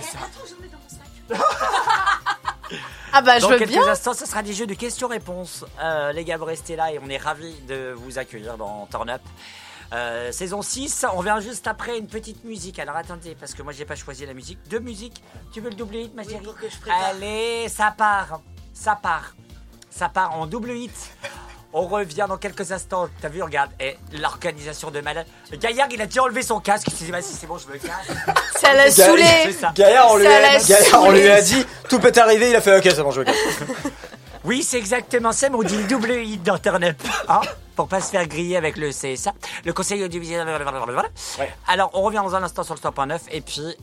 Ah bah, je Dans veux quelques bien. instants, ce sera des jeux de questions-réponses. Les gars, vous restez là et on est ravis de vous accueillir dans Turn Up. Saison 6, on vient juste après une petite musique. Alors attendez, parce que moi j'ai pas choisi la musique. Deux musiques, tu veux le doubler, ma Oui, chérie? pour que je prépare. Allez, ça part. Ça part en double hit. On revient dans quelques instants. T'as vu, regarde, l'organisation de malade. Gaillard, il a déjà enlevé son casque. Il s'est dit, vas-y, c'est bon, je me casse. Ça l'a saoulé. C'est ça. Gaillard, on lui a dit, tout peut arriver, il a fait ok, c'est bon, je me casse. Oui, c'est exactement ça, mais on dit le double hit dans Turn Up, hein, pour pas se faire griller avec le CSA, le Conseil audiovisuel. Ouais. Alors, on revient dans un instant sur le 100.9 et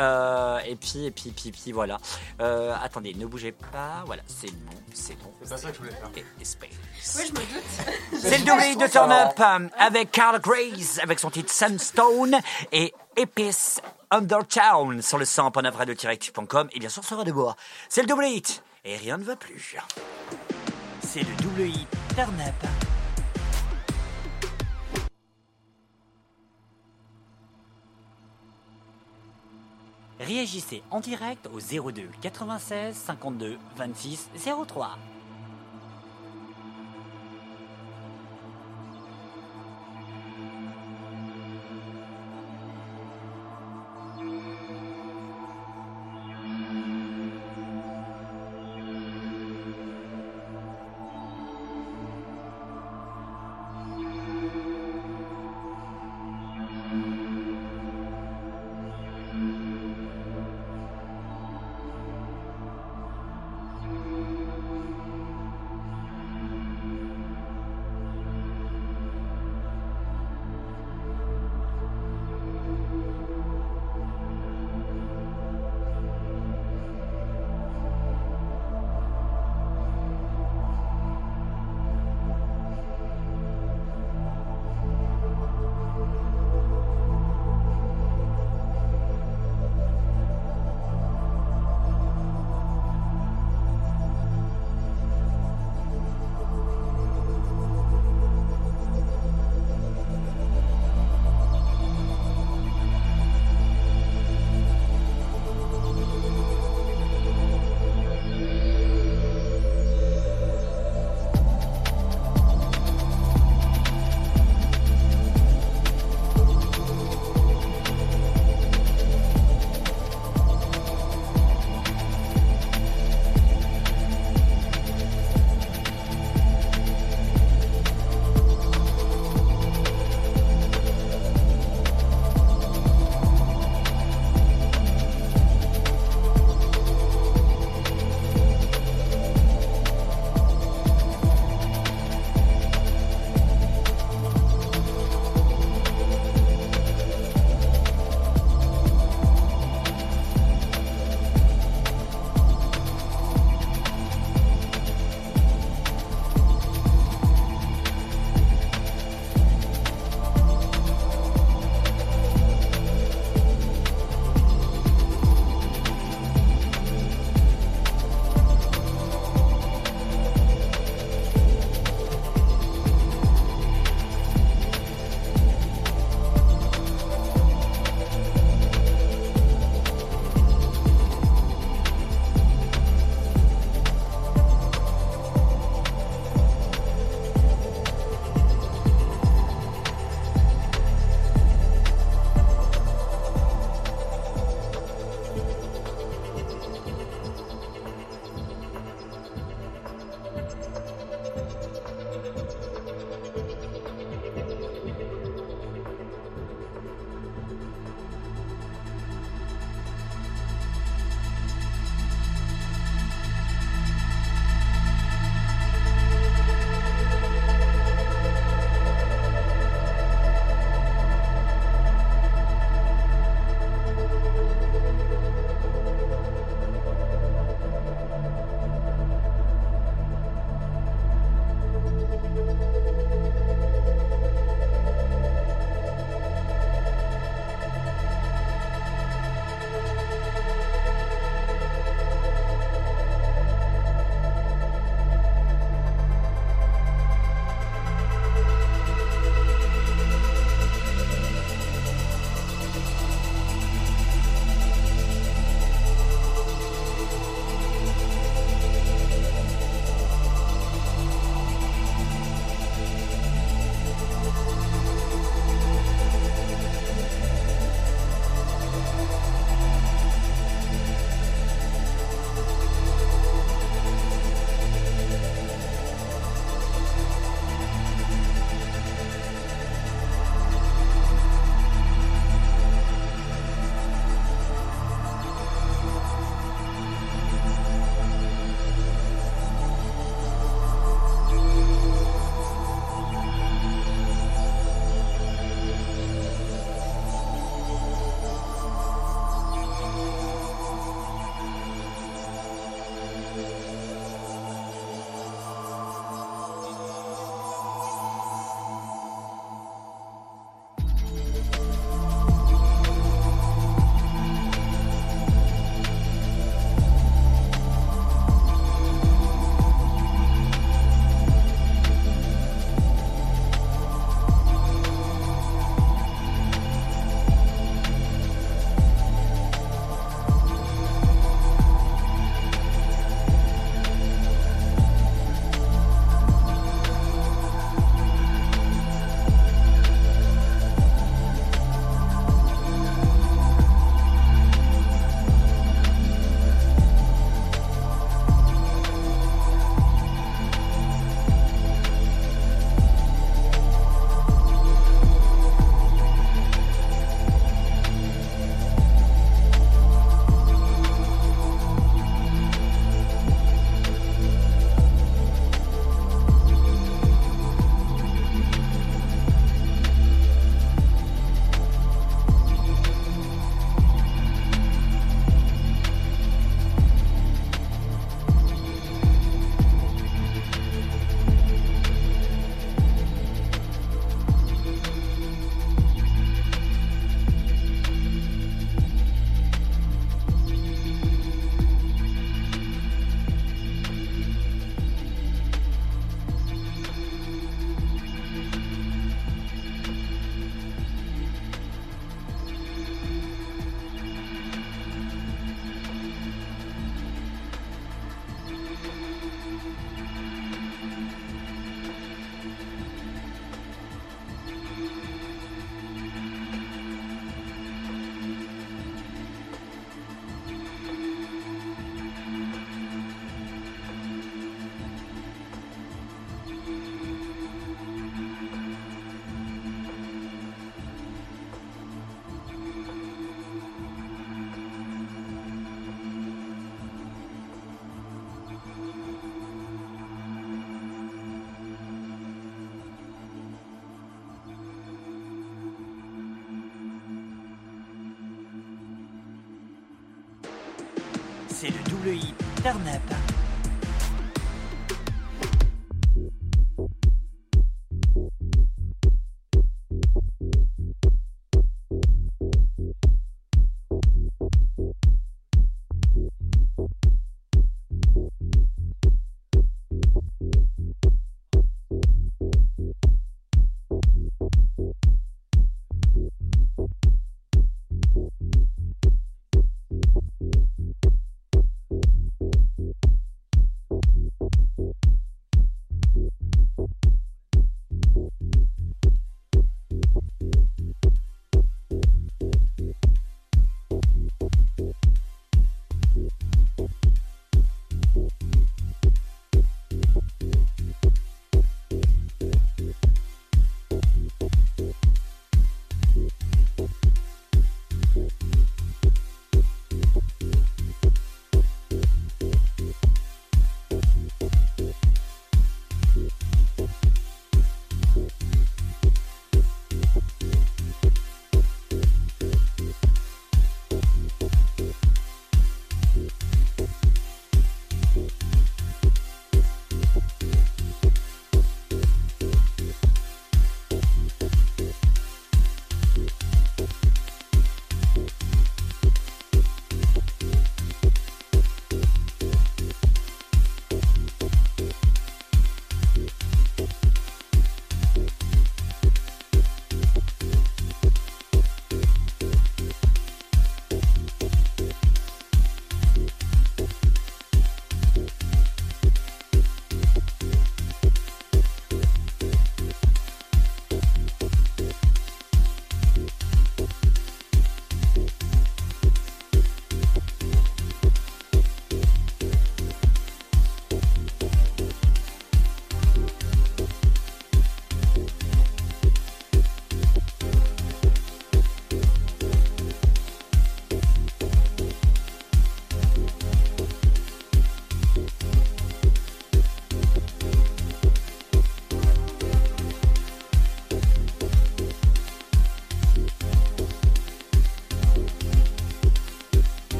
puis voilà. Attendez, ne bougez pas. Voilà, c'est bon. C'est pas ça que je voulais faire. Et space. Oui, je me doute. C'est le double hit de Turn Up avec Carl Grace avec son titre Sunstone et Épice Undertown sur le 100.9 radio-active.com et bien sûr sur Radio Bois. C'est le double hit et rien ne va plus. C'est le double hit Turn Up. Réagissez en direct au 02 96 52 26 03. C'est le double hip turn-up.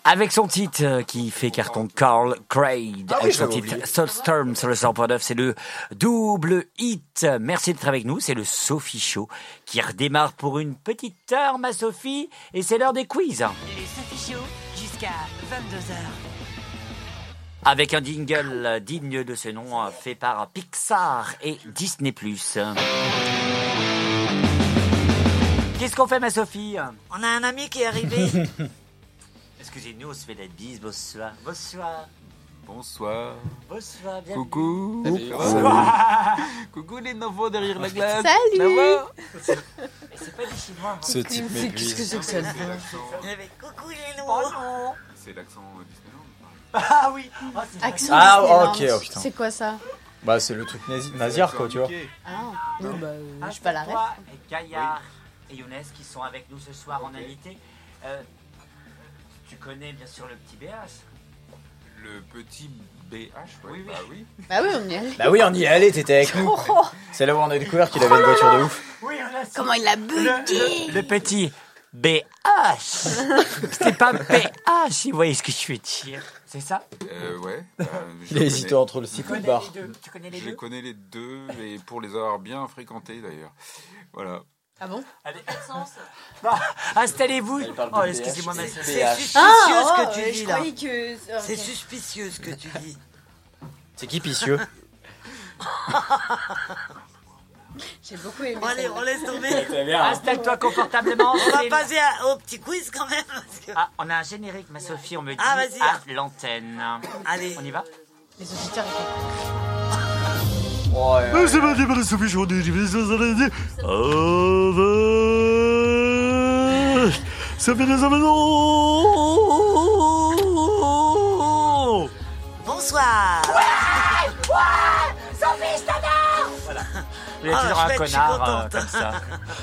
Avec son titre qui fait carton, Carl Craig, avec son j'avais titre oublié. Soulstorm sur le 100.9, c'est le double hit. Merci d'être avec nous, c'est le Sophie Show qui redémarre pour une petite heure, ma Sophie, et c'est l'heure des quiz. Les Sophie Show jusqu'à 22h. Avec un jingle digne de ce nom fait par Pixar et Disney+. Qu'est-ce qu'on fait, ma Sophie? On a un ami qui est arrivé. Excusez-nous, on se fait la bise. Bonsoir. Bonsoir. Bonsoir. Bonsoir. Bienvenue. Coucou. Coucou les nouveaux derrière la glace. Salut. Ça va? Mais c'est pas des Chinois. Ce type m'épuise. Il avait coucou les nouveaux. C'est l'accent Disneyland. Ah oui. Oh, c'est Accent Ah, Disneyland. ok, oh, putain. C'est quoi ça? Bah, c'est le truc naziard, quoi, tu vois. Ah, non, bah, je suis pas la ref. Toi et Gaillard et Younes qui sont avec nous ce soir en invité. Tu connais bien sûr le petit BH. Le petit BH, ouais. Oui, oui. Bah oui. Bah oui, on y est allé. Bah oui, on y est allé, t'étais avec nous. Oh, C'est là où on a découvert qu'il avait une voiture de ouf. Oui, on a comment il a bugué. le petit BH. C'est pas BH, si vous voyez ce que je veux dire. C'est ça? Ouais. Il a hésité entre le cycle et le bar. Tu connais les Je deux? connais les deux et pour les avoir bien fréquentés d'ailleurs. Voilà. Ah bon? Allez. Bon, installez-vous. parle de Oh, BH, excusez-moi, ma c'est sœur. C'est BH. suspicieux ce que tu je dis là. croyais que... C'est ok. suspicieux ce que tu dis. C'est qui, Picieux? J'ai beaucoup aimé Bon, allez, celle-là. on laisse tomber. Installe-toi confortablement. On va c'est- passer au petit quiz quand même. Parce que... Ah, on a un générique, ma Sophie, on me dit Ah, vas-y. à l'antenne. Allez. On y va? Les auditeurs, Ouais, C'est parti pour la Sophie Show du Ça fait des amendements. Bonsoir. Il y a Ah, toujours un chouette, je suis connard contente. comme ça.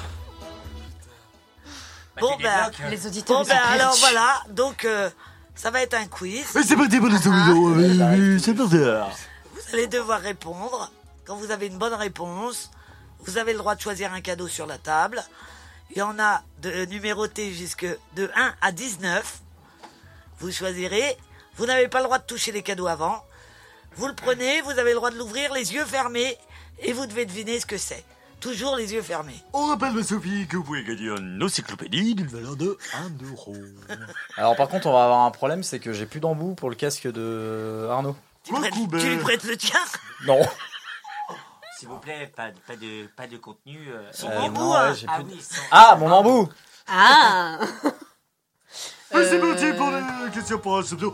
Bon, ben, les auditeurs, bon, ils ben sont alors perdus. voilà. Donc, ça va être un quiz. C'est parti pour la Sophie Show. C'est parti. Vous allez devoir répondre. Quand vous avez une bonne réponse, vous avez le droit de choisir un cadeau sur la table. Il y en a de numérotés jusque de 1 à 19. Vous choisirez. Vous n'avez pas le droit de toucher les cadeaux avant. Vous le prenez, vous avez le droit de l'ouvrir les yeux fermés et vous devez deviner ce que c'est. Toujours les yeux fermés. On rappelle, ma Sophie, que vous pouvez gagner une encyclopédie d'une valeur de 1 euro. Alors, par contre, on va avoir un problème, c'est que j'ai plus d'embout pour le casque de Arnaud. Tu lui prêtes le tien. Non. S'il vous plaît, pas de contenu. Son Euh, embout, non, hein. ouais, j'ai Ah plus de- oui, Ah, mon embout. Ah C'est parti pour les questions pour un subto.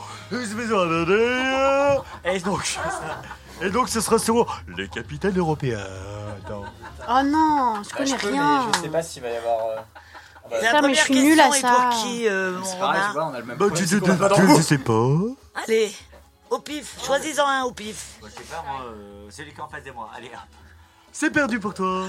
Et donc, ce sera sur les capitales européens. Oh non, je connais rien. Je sais pas s'il va y avoir. La Putain, mais je première suis nulle à question est ça. pour qui, mon C'est pareil, Romain tu vois, on a le même Bah, problème, tu c'est qu'on a pas d'embout. je sais pas. Allez, au pif. Choisis-en un au pif. Je sais pas, moi, celui qui est en face de moi. Allez, hop. C'est perdu pour toi.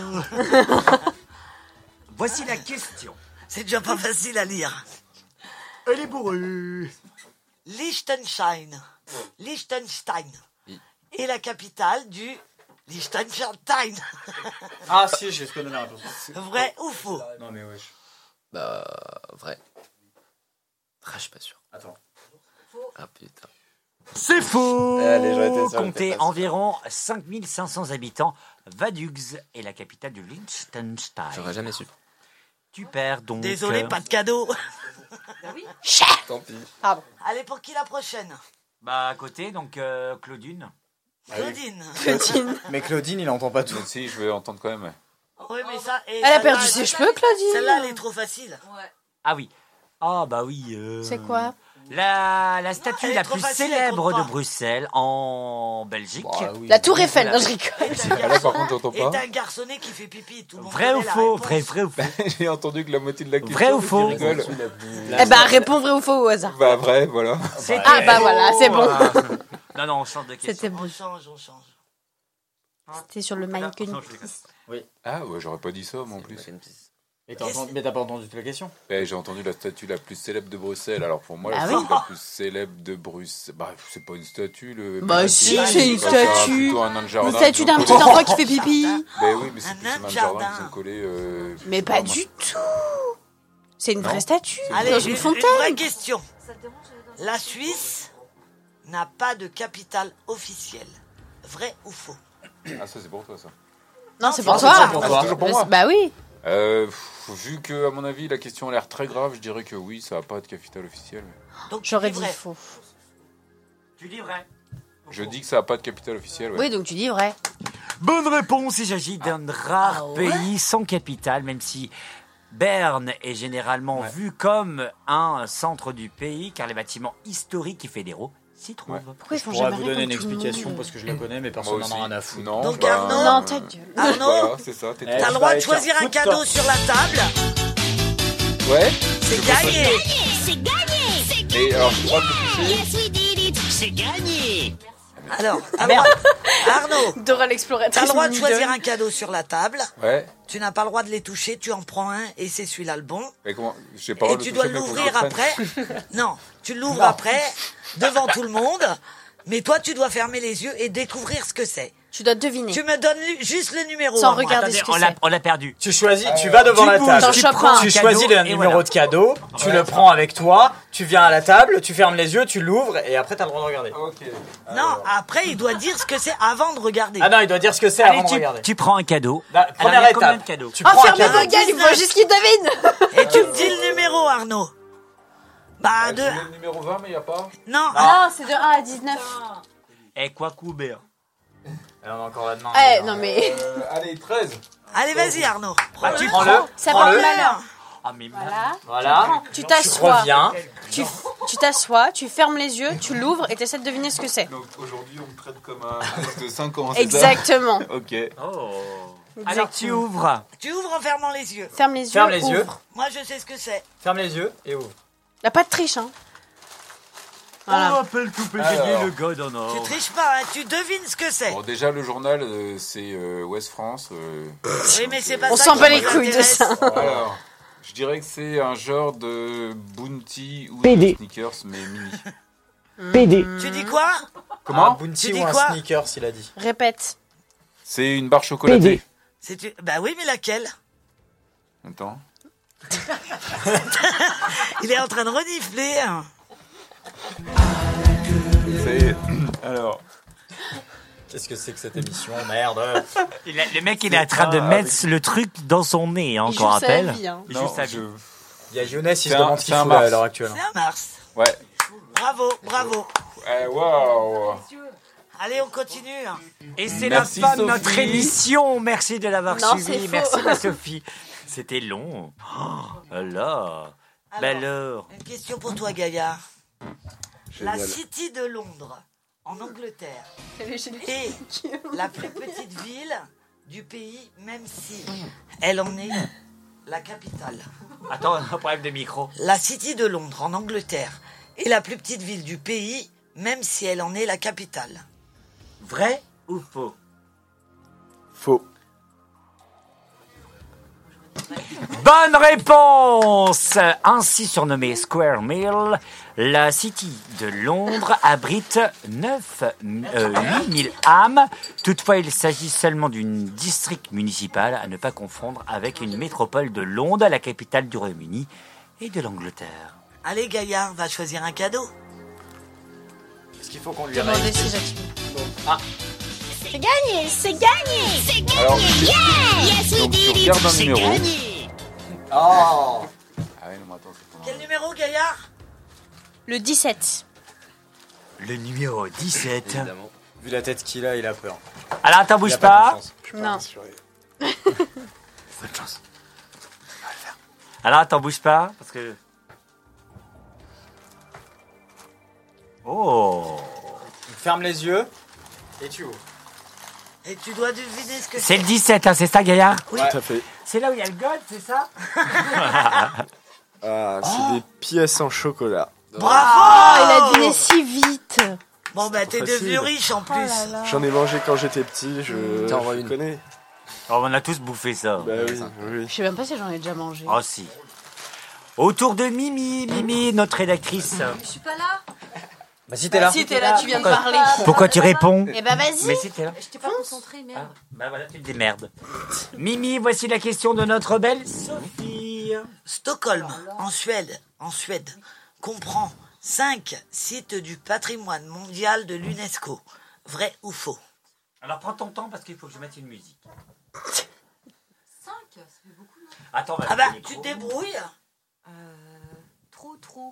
Voici la question. C'est déjà pas facile à lire. Elle est bourrue. Liechtenstein. Liechtenstein. Oui. est la capitale du Liechtenstein. Ah si, je connais la réponse. Vrai ou faux? Non mais wesh. Bah, vrai. Ah, je suis pas sûr. Attends. Ah putain. C'est faux. Allez, j'aurais été sûr, Comptez j'étais pas sûr. environ 5500 habitants. Vaduz est la capitale du Liechtenstein. J'aurais jamais su. Tu perds donc. Désolé, pas de cadeau. Tant pis. Allez, pour qui la prochaine? Bah, à côté, donc Claudine. Claudine. Mais Claudine, il entend pas tout. Si, je vais entendre quand même. Oui, mais ça. et Elle a celle-là, perdu ses cheveux, Claudine. Celle-là, elle est trop facile. Ah oui. Ah bah oui. C'est quoi? La statue Elle est la trop plus facile, elle célèbre compte de pas. Bruxelles, en Belgique. Bah, oui. La tour Eiffel, non, je rigole. Là, par contre, j'entends Et pas. t'as un garçonnet qui fait pipi. Tout le monde Vrai ou connaît la faux? réponse. Vrai ou faux? J'ai entendu que la moitié de la question. Vrai ou tu faux? rigoles. Eh ben, réponds vrai ou faux au hasard. Bah, vrai, voilà. C'était Ah bah voilà, c'est bon. Non, non, on change de question. C'était bon. On change, on change. C'était sur le mannequin. Ah, ouais, j'aurais pas dit ça, moi, en plus. Mais t'as pas entendu toute la question. Eh, j'ai entendu la statue la plus célèbre de Bruxelles. Alors pour moi, Ah la oui. statue la plus célèbre de Bruxelles, bah c'est pas une statue. Bah mais si, c'est c'est une pas ça, statue. plutôt un nain de jardin Une statue qu'ils ont d'un collé. petit enfant qui fait pipi. Mais oui, mais c'est Un plus nain un de nain de jardin jardin. qu'ils ont collé. Mais pas du tout. C'est une vraie statue Allez, dans une une vraie fontaine. question. La Suisse n'a pas de capitale officielle. Vrai ou faux? Ah, ça, c'est pour toi, ça. Non, c'est c'est pour pour toi. toi. C'est toujours pour moi. Bah oui. Vu que, à mon avis, la question a l'air très grave, je dirais que oui, ça n'a pas de capitale officielle. Donc tu J'aurais dis dit vrai. faux. Tu dis vrai. Je dis que ça n'a pas de capitale officielle, ouais. Oui, donc tu dis vrai. Bonne réponse, il s'agit d'un rare pays sans capitale, même si Berne est généralement vu comme un centre du pays, car les bâtiments historiques et fédéraux s'y trouvent. Pourquoi ils Je font pourrais jamais vous rien donner une comme tout le explication monde parce que je la connais, mais Moi personne n'en aussi. a rien à foutre. Non, Donc, bah, Arnaud Non, ta gueule. Arnaud, Voilà, c'est ça. Eh, t'as tu le droit vas de te faire choisir un foutre, cadeau toi. sur la table. Ouais. C'est gagné. C'est gagné. Et alors, je crois que le toucher. C'est gagné. Alors, t'as le droit- Arnaud, Dora l'exploratrice. t'as le droit de mignonne. choisir un cadeau sur la table. Ouais. Tu n'as pas le droit de les toucher. Tu en prends un et c'est celui-là le bon. Et comment j'ai pas Et le tu droit dois de toucher, mais faut l'ouvrir que je le prenne. après. Non, tu l'ouvres après, devant tout le monde. Mais toi, tu dois fermer les yeux et découvrir ce que c'est. Tu dois deviner. Tu me donnes juste le numéro. Sans à moi. regarder Attendez, ce que on l'a- c'est. on l'a perdu. Tu choisis, tu vas devant la table. T'en chopes un. Tu cadeau choisis le et numéro voilà. de cadeau, tu le prends avec toi, tu viens à la table, tu fermes les yeux, tu l'ouvres et après t'as le droit de regarder. Ok. Non, après, il doit dire ce que c'est avant de regarder. Ah non, il doit dire ce que c'est Allez, avant de regarder. tu prends un cadeau. Bah, Alors, il y première a combien étape. de cadeaux Tu Oh, prends un fermez cadeau. vos gueules, il faut juste qu'il devine. Et tu me dis le numéro, Arnaud. Bah, de... Le numéro 20, mais il n'y a pas. Non, Non, c'est de 1 à 19. Et quoi couper? Et on a encore la demande. Eh, non mais. Allez, 13. allez, vas-y, Arnaud. Bah, Prends-le. tu prends-le, Ça porte prends-le. malheur. Ah mais Voilà. Voilà. Tu Tu t'assois. reviens. Tu t'assois, tu fermes les yeux, tu l'ouvres et t'essaies de deviner ce que c'est. Donc aujourd'hui, on me traite comme un gosse de 5 ans. Exactement. Ok. Oh. Allez, tu ouvres. Tu ouvres en fermant les yeux. Ferme les yeux. Ferme les ouvre. yeux. Moi, je sais ce que c'est. Ferme les yeux et ouvre. Y a pas de triche, hein. Voilà. On appelle tout PGD Alors. le gars d'un Tu or. triches pas, hein, tu devines ce que c'est. Bon, déjà, le journal, c'est Ouest France. Oui, mais c'est pas On ça s'en qui bat les nous couilles de intéresse. ça. Alors, je dirais que c'est un genre de Bounty ou PD. de Sneakers, mais mini. PD. Tu dis quoi? Comment Un bounty Tu dis ou un quoi sneakers, il a dit. Répète. C'est une barre chocolatée. PD. Bah oui, mais laquelle? Attends. Il est en train de renifler. hein. C'est. Alors. Qu'est-ce que c'est que cette émission? Merde. Le mec, il est en train de mettre le truc dans son nez, hein, Il qu'on joue sa rappelle. vie, hein. Il joue sa vie. Il y a Younes, il se C'est un- demande ce qu'il c'est un fout là, à Mars. l'heure actuelle. C'est un Mars. Ouais. Bravo, bravo. Waouh. Allez, on continue. hein. Et c'est Merci, la fin de notre Sophie. émission. Merci de l'avoir Non, suivi. c'est Merci, faux. ma Sophie. C'était long. Oh là. Belle heure. Une question pour toi, Gaillard. La Génial. City de Londres, en Angleterre, est la plus petite ville du pays, même si elle en est la capitale. Attends, un problème de micro. La City de Londres, en Angleterre, est la plus petite ville du pays, même si elle en est la capitale. Vrai ou faux? Faux. Bonne réponse! Ainsi surnommée Square Mill, la City de Londres abrite 8000 âmes. Toutefois, il s'agit seulement d'une district municipale à ne pas confondre avec une métropole de Londres, la capitale du Royaume-Uni et de l'Angleterre. Allez, Gaillard, va choisir un cadeau. Est-ce qu'il faut qu'on lui Demandez réexplique si j'active. C'est gagné, c'est gagné, c'est gagné. Alors, Yes, we donc, tu did it. regardes un C'est numéro. gagné. Oh Ah ouais, non, mais attends, c'est pas Quel numéro, Gaillard? Le 17. Le numéro 17. Évidemment. Vu la tête qu'il a, il a peur. Alors, attends, Il bouge a pas. confiance. Non. Bonne chance. Alors, attends, bouge pas, parce que... Oh! Ferme les yeux et tu ouvres. Et tu dois deviner ce que C'est le 17, hein, c'est ça, Gaillard? Tout à fait. C'est là où il y a le god, c'est ça? Ah, c'est des pièces en chocolat. Bravo! Oh, il a deviné si vite. Bon, bah, t'es Facile. devenu riche en plus. J'en ai mangé quand j'étais petit, je T'en vois une. connais. Oh, on a tous bouffé ça. Bah oui, oui. Je sais même pas si j'en ai déjà mangé. Oh, si. Autour de Mimi, notre rédactrice. Je suis pas là. Bah si t'es là. Si t'es là, tu viens de Quoi parler. Pourquoi tu réponds? Eh ben vas-y. Mais si t'es là. Je t'ai pas concentré, merde. Bah voilà, tu te démerdes. Mimi, voici la question de notre belle Sophie. Stockholm, en Suède, comprend 5 sites du patrimoine mondial de l'UNESCO. Vrai ou faux? Alors prends ton temps parce qu'il faut que je mette une musique. 5, ça fait beaucoup. Attends, Ah bah, tu te débrouilles. Trop.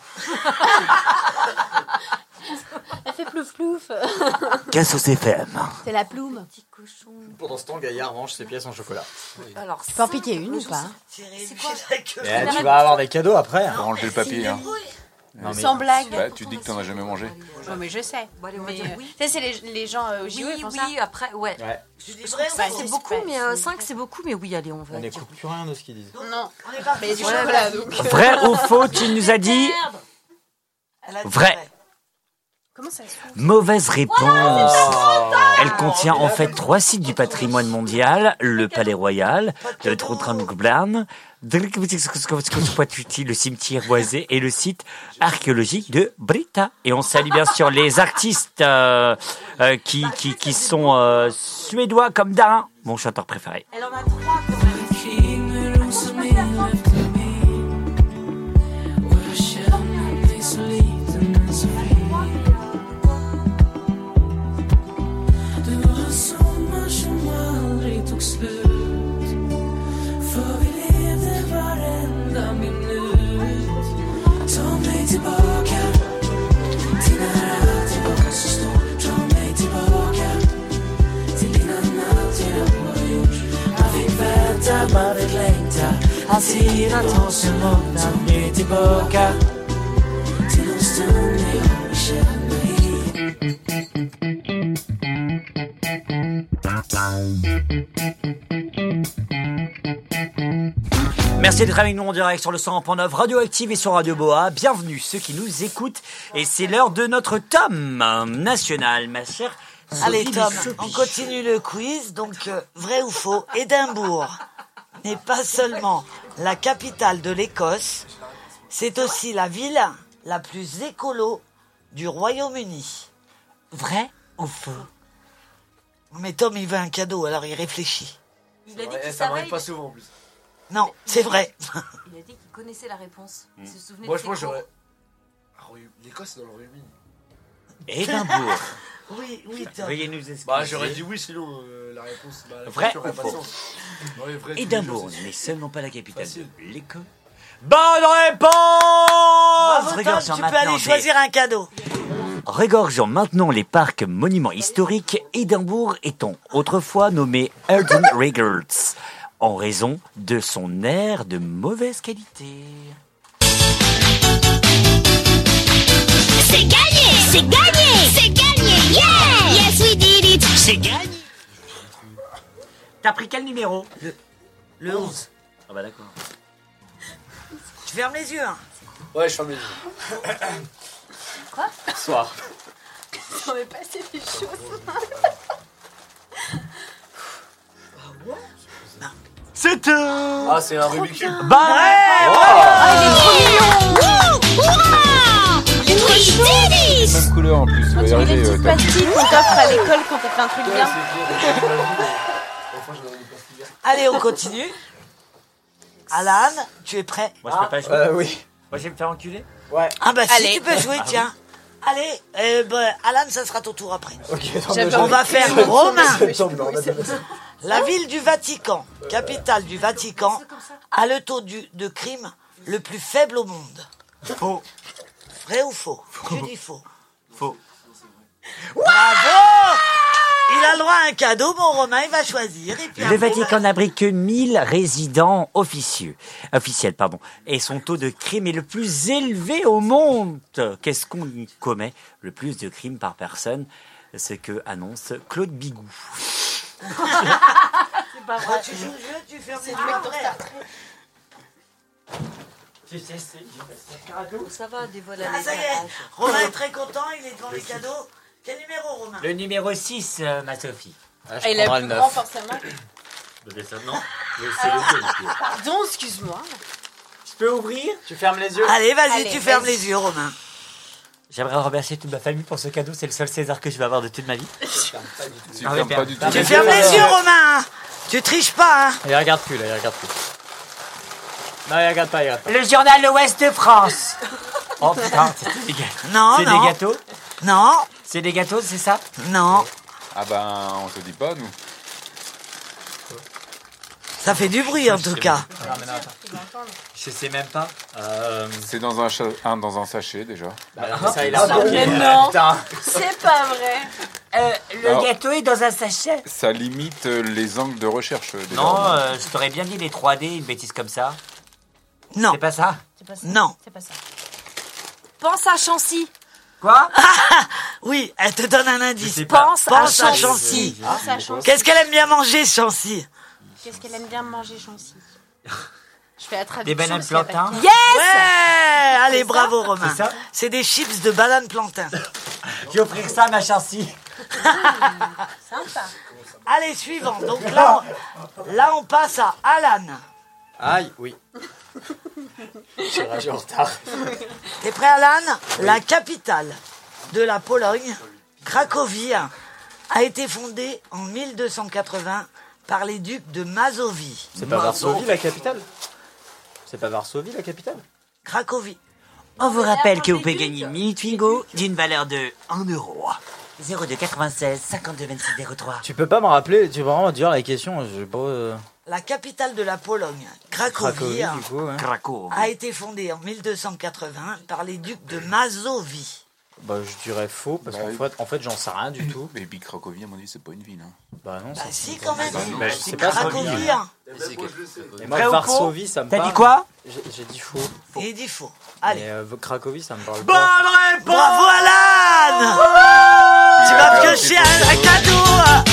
Elle fait plouf plouf. Qu'est-ce que c'est fait? C'est la plume. Petit cochon. Pendant ce temps, Gaillard mange ses pièces en chocolat. Alors, Tu peux en piquer une ou pas? C'est quoi? Tu vas avoir des cadeaux après. Pour enlever le papier. Hein. Non, mais- Sans blague. Bah, tu dis que t'en as jamais mangé. Non, mais je sais. Bon, allez, on va Mais, dire oui. tu sais, c'est les gens au JO, ils font ça. Oui, après, ouais. Ouais. Tu dis vrai ou Ça, faux? c'est beaucoup, mais 5, c'est beaucoup, mais oui, allez, on va On dire. n'écoute plus rien de ce qu'ils disent. Non, On est parti. mais il y a du Ouais, chocolat, vas-y. donc. Vrai ou faux, tu nous as dit? Elle a dit Vrai. Comment ça se fait? Mauvaise réponse. Elle contient en fait 3 sites du patrimoine mondial, le Palais Royal, le Trotramgublan, le cimetière boisé et le site archéologique de Brita. Et on salue bien sûr les artistes qui sont suédois comme Darin, mon chanteur préféré. Elle en a 3 quand même. Merci d'être avec nous en direct sur le 100.9 Radioactive et sur Radio Boa. Bienvenue ceux qui nous écoutent. Et c'est l'heure de notre tome national, ma chère Sophie. Allez Tom, Sophie. on continue le quiz. Donc, vrai ou faux, Édimbourg n'est pas seulement la capitale de l'Écosse, c'est aussi la ville la plus écolo du Royaume-Uni. Vrai ou faux? Mais Tom, il veut un cadeau, alors il réfléchit. Il a dit qu'il Ça savait. m'arrive pas souvent en plus. Non, c'est vrai. Il a dit qu'il connaissait la réponse. Il se souvenait Moi, de je pense ses que cours. j'aurais. L'Écosse, c'est dans le Royaume-Uni. Édimbourg. Oui, Tom. Veuillez nous expliquer. Bah, j'aurais dit oui, sinon la réponse. Bah, la Vrai question aurait ou pas de faux? sens. Ouais, vrai, tous les Édimbourg jours, c'est- n'est seulement pas la capitale Facile. de l'Écosse. Bonne réponse. Bravo, Tom, Regorgeons tu peux maintenant aller choisir un cadeau. Regorgeons maintenant les parcs monuments historiques, Édimbourg étant autrefois nommé Earden Regards, en raison de son air de mauvaise qualité. C'est gagné! C'est gagné! C'est gagné! Yeah! Yes, we did it! C'est gagné. T'as pris quel numéro? Le 11. Ah bah d'accord. Tu fermes les yeux. Hein. Ouais, je ferme les yeux. Quoi? Soir. On est passé des choses. C'est tout. Ah, c'est un Rubik's Cube. Bah Il est trop chou! Même couleur en plus. Tu vas y Tu mets des arriver. petites pastilles qu'on t'offre à l'école quand t'as fait un truc Ouais, bien. c'est bien. Enfin, je vais donner une pastille. Allez, on continue. Alan, tu es prêt? Moi je peux pas jouer. Oui. Moi je vais me faire enculer. Ouais. Ah bah si, Allez. tu peux jouer, tiens. Allez, Alan, ça sera ton tour après. Ok, On va faire Romain. Vas-y. La ville du Vatican, capitale du Vatican, a le taux de crime le plus faible au monde. Faux. Vrai ou faux? Tu dis faux. Faux. Bravo! Il a le droit à un cadeau, mon Romain, il va choisir. Et puis Le après, Vatican n'abrite que 1000 résidents officiels, et son taux de crime est le plus élevé au monde. Qu'est-ce qu'on y commet le plus de crimes par personne? Ce que annonce Claude Bigou. C'est pas Bah, vrai. tu joues le jeu, tu fermes les C'est yeux le mec après. Ça va, dévoiler Ah, ça y est, Romain est très content, il est devant les cadeaux. Quel numéro, Romain? Le numéro 6, ma Sophie. Et le plus grand, forcément. Non. Pardon, excuse-moi. Je peux ouvrir? Tu fermes les yeux. Allez, vas-y, Allez, tu fermes vas-y. les yeux, Romain. J'aimerais remercier toute ma famille pour ce cadeau. C'est le seul César que je vais avoir de toute ma vie. Tu fermes pas du tout. Tu fermes les yeux, Romain. Tu triches pas, hein. Il regarde plus, là, il regarde plus. Non, il regarde pas, il regarde pas. Le journal L'Ouest de France. Oh putain, c'est des gâteaux. Non, C'est non. des gâteaux Non, C'est des gâteaux, c'est ça non. Ah ben, on te dit pas, nous. Ça fait du bruit en tout cas. Non, mais non, attends. Je sais même pas. C'est dans dans un sachet, déjà. Bah, alors, ça, il a remarqué. Mais non. Putain. C'est pas vrai. Le Alors- gâteau est dans un sachet. Ça limite les angles de recherche. des Non, normes. je t'aurais bien dit les 3D, une bêtise comme ça. Non, C'est pas ça C'est pas ça. non. C'est pas ça. Pense à Chancy. Quoi Oui, elle te donne un Je indice. sais pas. Pense à Chancy. Pense à Chancy. Qu'est-ce qu'elle aime bien manger, Chancy? Qu'est-ce qu'elle aime bien manger, Chancy? Je fais la traduction. Des bananes parce qu'il y a pas de plantains. cas. Ouais, allez, bravo Romain. C'est ça C'est des chips de banane plantain. Je vais offrir ça à ma Chancy. Sympa. Allez, suivant. Donc là, on passe à Alan. Aïe, oui. J'ai ragé en retard. T'es prêt, Alan? La capitale de la Pologne, Cracovie, a été fondée en 1280 par les ducs de Mazovie. C'est pas Varsovie la capitale? C'est pas Varsovie la capitale? Cracovie. On vous rappelle que vous pouvez gagner 1000 Twingo d'une valeur de 1 euro. 02 96 52 26 03. Tu peux pas me rappeler, tu peux vraiment dire la question, je sais pas. La capitale de la Pologne, Cracovie, Cracovie, du coup, ouais. Krakow. a été fondée en 1280 par les ducs de Mazovie. Bah, je dirais faux, parce Bah, qu'en fait, j'en sais rien du tout. Mais puis Cracovie, à mon avis, c'est pas une ville. Hein. Bah non, Bah ça, si, c'est quand même. Bah, je sais pas, ça me dit Cracovie, rien. hein. Et moi, Vrai ou faux Varsovie, ça me T'as parle. dit quoi J'ai dit faux. Il dit faux. Allez. Mais Cracovie, ça me parle Bonne pas. réponse. Bravo Alan. Tu vas piocher un cadeau.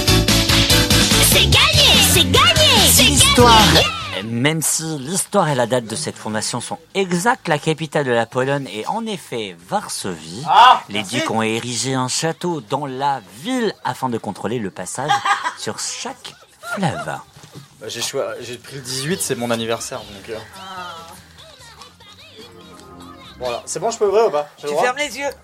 C'est gagné, c'est gagné, c'est L'histoire, gagné. même si l'histoire et la date de cette fondation sont exactes, la capitale de la Pologne est en effet Varsovie. Les ducs ont érigé un château dans la ville afin de contrôler le passage sur chaque fleuve. Bah, j'ai pris le 18, c'est mon anniversaire, donc... Voilà, c'est bon, je peux ouvrir ou pas? J'ai le Tu droit fermes les yeux.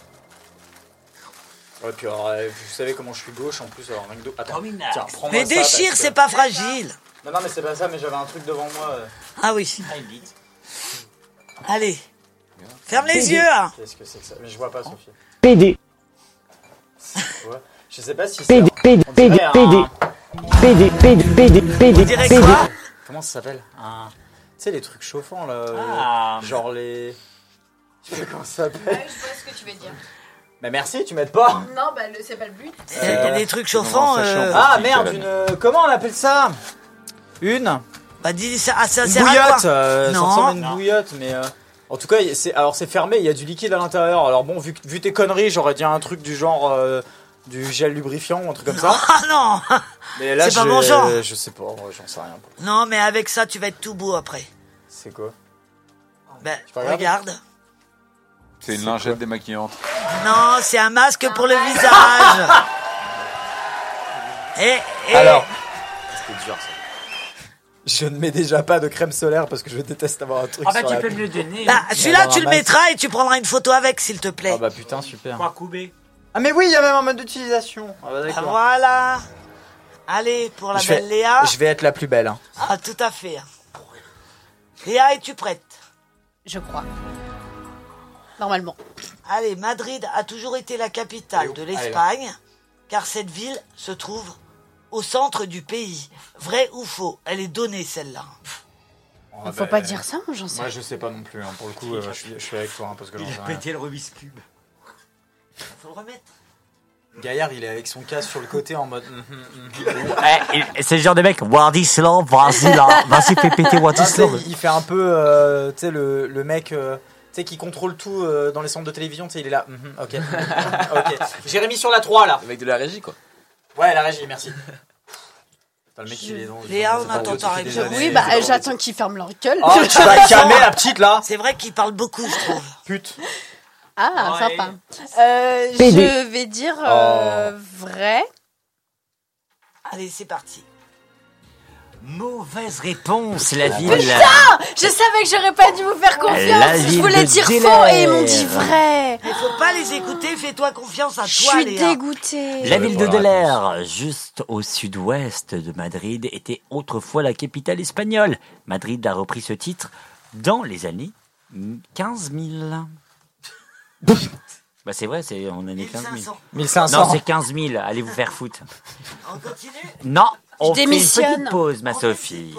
Ouais, puis alors, vous savez comment je suis gauche en plus, alors rien que Attends, Dominant. tiens, prends-moi Mais ça, déchire, parce que- c'est pas fragile. Non, mais c'est pas ça, mais j'avais un truc devant moi. Ah oui. Allez. Ferme les yeux. Hein. Qu'est-ce que c'est que ça? Mais je vois pas, Sophie. PD. Ouais. Je sais pas si c'est... PD. on dirait un- On dirait quoi? Comment ça s'appelle? Tu sais, les trucs chauffants, là. Ah. Genre les... Je sais pas comment ça s'appelle. Je vois ce que tu veux dire. Mais merci, tu m'aides pas. Non, bah c'est pas le but. Les trucs chauffants. Ah merde, comment on appelle ça? Une Bah dis ça. Ah, ça Une sert à bouillotte. quoi? Ça Non. ressemble à une bouillotte, mais... En tout cas, c'est fermé, il y a du liquide à l'intérieur. Alors bon, vu tes conneries, j'aurais dit un truc du genre... du gel lubrifiant ou un truc comme ça. Ah non. Mais là, C'est pas mon genre. Je sais pas, ouais, j'en sais rien. Non, mais avec ça, tu vas être tout beau après. C'est quoi? Ben, peux regarder regarde. C'est une lingette démaquillante. Non, c'est un masque pour le visage. Et Alors, c'était dur ça. Je ne mets déjà pas de crème solaire parce que je déteste avoir un truc Ah bah sur tu la peux peau. me le donner. bah, celui-là, avoir tu un le masque. mettras et tu prendras une photo avec, s'il te plaît. Ah bah putain, super. Quoi, Koubé? Ah mais oui, il y a même un mode d'utilisation. Ah bah d'accord. Voilà. Allez, pour la Je belle vais- Léa. Je vais être la plus belle. Hein. Ah, tout à fait. Léa, es-tu prête? Je crois. Normalement. Allez, Madrid a toujours été la capitale de l'Espagne, car cette ville se trouve au centre du pays. Vrai ou faux? Elle est donnée, celle-là. Faut pas dire ça, moi j'en sais. Moi je sais pas non plus. Hein. Pour le coup, je suis avec toi hein, parce que j'en sais rien. Pété le Rubik's Cube. Faut le remettre. Gaillard, il est avec son casque sur le côté en mode. C'est le genre de mec, Wadislav, vas-y là, vas-y fais péter Ah, tu sais, Wadislav. il fait un peu, tu sais, le mec, tu sais, qui contrôle tout dans les centres de télévision. Tu sais, il est là. Ok. Ok. Jérémy sur la 3 là. Le mec de la régie, quoi. Ouais, la régie, merci. Putain, le mec, il est dans. Léa, c'est on pas attend toi, ta depuis des réponse. années. Oui, bah j'attends qu'il ferme leur gueule. Oh, tu vas calmer la petite là. C'est vrai qu'il parle beaucoup, je trouve. Pute. Ah, Ouais. sympa. PD. Je vais dire vrai. Allez, c'est parti. Mauvaise réponse, la ville. Je savais que j'aurais pas dû vous faire La confiance. Je ville voulais de dire Diller. faux et ils m'ont dit vrai. Mais faut pas les écouter, fais-toi confiance à Je toi, suis Léa. dégoûtée. La ville de Voilà, Diller, juste au sud-ouest de Madrid, était autrefois la capitale espagnole. Madrid a repris ce titre dans les années 15 000. Bah c'est vrai, on en est 15 000. 1500. Non, c'est 15 000. Allez vous faire foutre. On continue? Non, on fait une démissionne. petite pause, ma Sophie.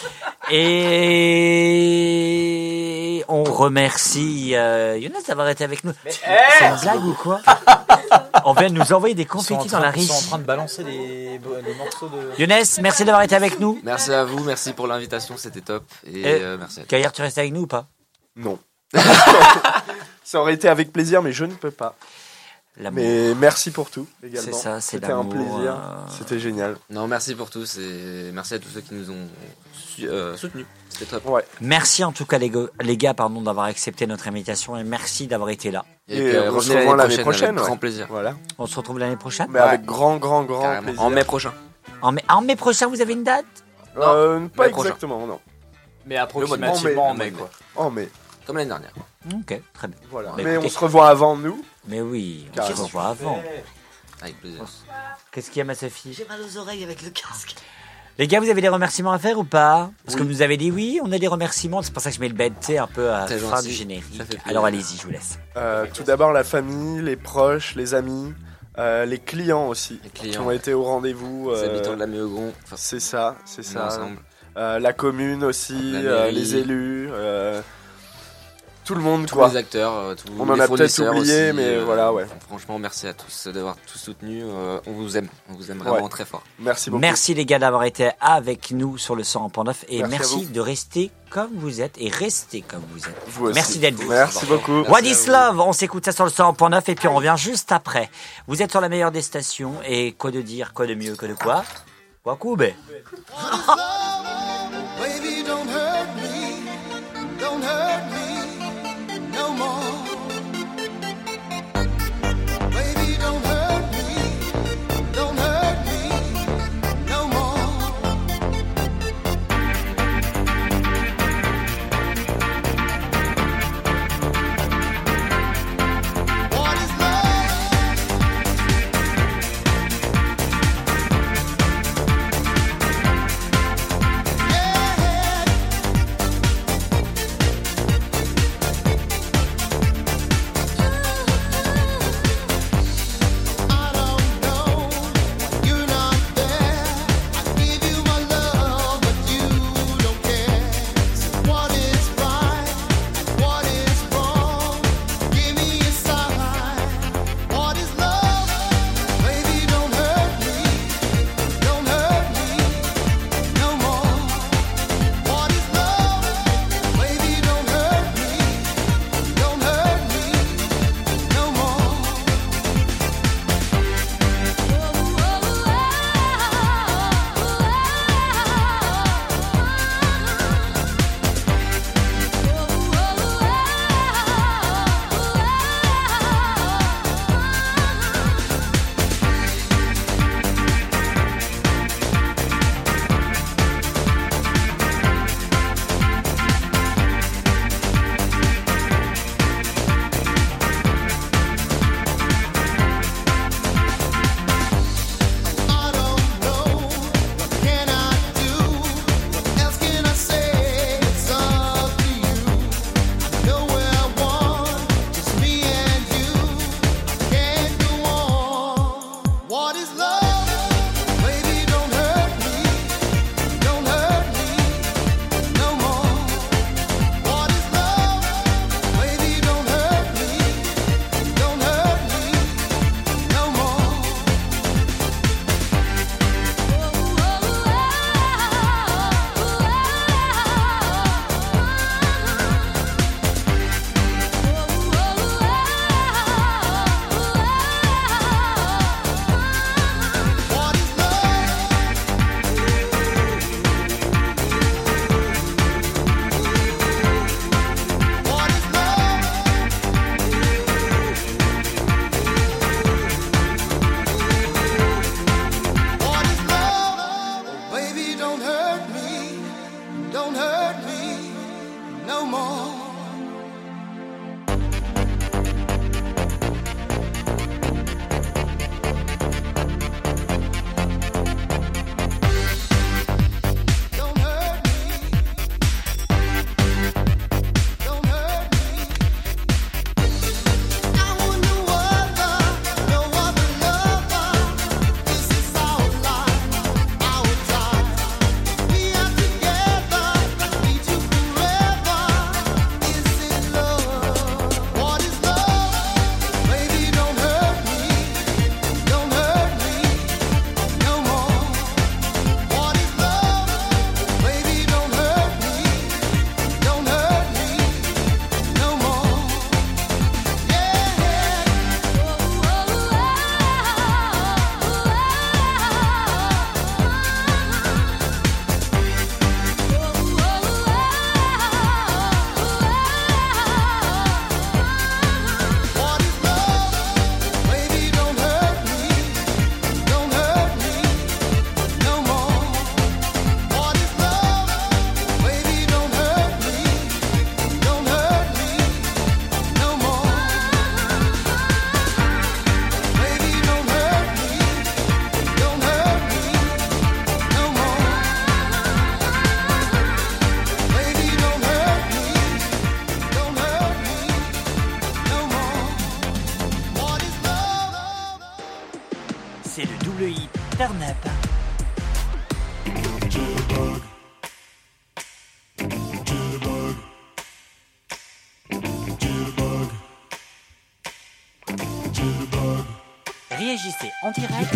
Et on remercie Younes d'avoir été avec nous. C'est une blague ou quoi? On vient de nous envoyer des confettis dans la Ils sont en régie. train de balancer les morceaux de. Younes, merci d'avoir été avec nous. Merci à vous, merci pour l'invitation, c'était top. Et merci à tous. Gaillard, tu restes avec nous ou pas? Non. Ça aurait été avec plaisir, mais je ne peux pas. L'amour. Mais merci pour tout également. C'est ça, c'est C'était un l'amour, plaisir. C'était génial. Non, merci pour tous et merci à tous ceux qui nous ont soutenus. C'était top. Ouais. Merci en tout cas les gars d'avoir accepté notre invitation et merci d'avoir été là. Et Et on se revenez revoit l'année prochaine. avec grand ouais. plaisir. Voilà. On se retrouve l'année prochaine. Mais avec grand Carrément. plaisir. En mai prochain. En mai prochain, vous avez une date? Pas mai prochain. exactement, non. Mais approximativement en mai, mai. quoi. En mai. Comme l'année dernière. Ok, très bien. Voilà. Bah, Mais écoutez- on se revoit avant nous. Mais oui, on se Carrément. revoit avant. Avec plaisir. Qu'est-ce qu'il y a, ma Sophie? J'ai mal aux oreilles avec le casque. Les gars, vous avez des remerciements à faire ou pas? Parce que vous nous avez dit oui, on a des remerciements. C'est pour ça que je mets le BT un peu à la C'est fin gentil. du générique. Ça fait plaisir. Alors allez-y, je vous laisse. Tout d'abord la famille, les proches, les amis, les clients aussi, Les qui clients, ont été au rendez-vous. les habitants de la Méogon. Enfin, C'est ça, c'est nous ça. ensemble. La commune aussi, La mairie. les élus, tout le monde Tous quoi. les acteurs, tous On en les a peut-être fournisseurs oublié, aussi, mais voilà, ouais. Franchement, merci à tous d'avoir tout soutenu. On vous aime vraiment Ouais. très fort. Merci beaucoup. Merci les gars d'avoir été avec nous sur le 100.9 et Merci à merci vous. de rester comme vous êtes et rester comme vous êtes. Vous aussi. Merci d'être vous. Merci beaucoup. What is love? On s'écoute ça sur le 100.9 et puis on revient juste après. Vous êtes sur la meilleure des stations et quoi de dire, quoi de mieux que de quoi? Quoi Koubé? Baby, don't hurt me no more. Baby, don't hurt me no more. What is love? c'est le double hit Turn Up. Réagissez en direct.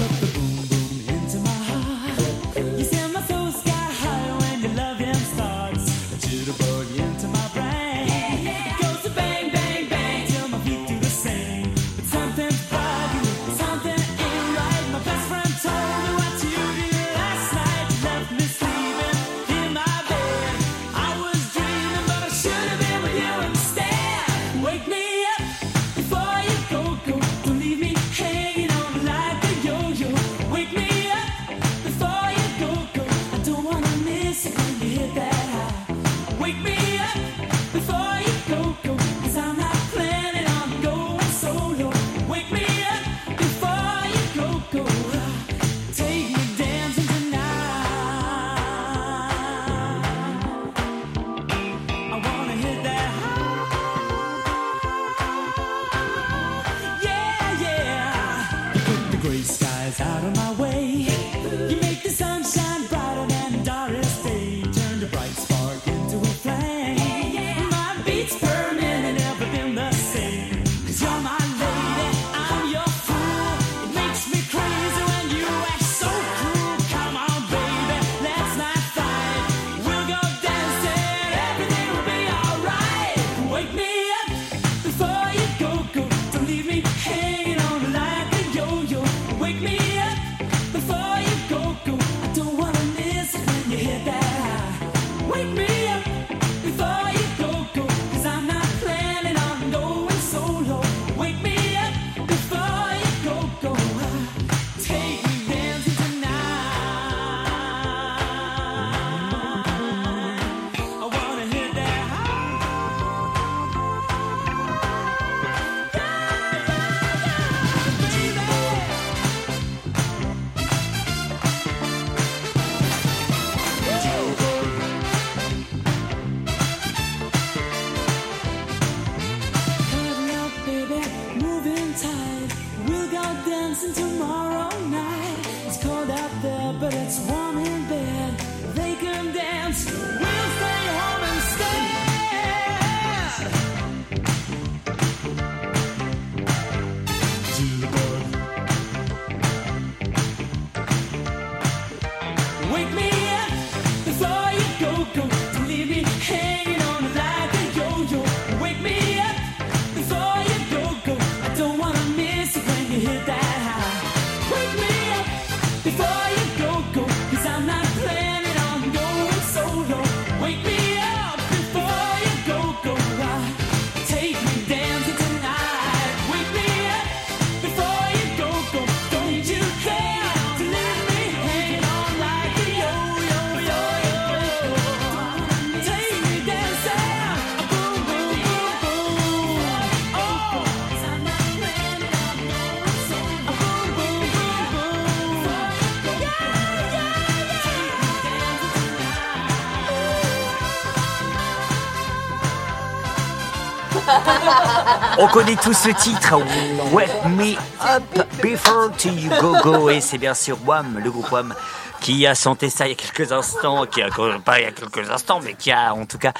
On connaît tous ce titre, Wake Me Up Before You Go Go, et c'est bien sûr Wham, le groupe Wham, qui a chanté ça il y a quelques instants, pas il y a quelques instants, mais qui a en tout cas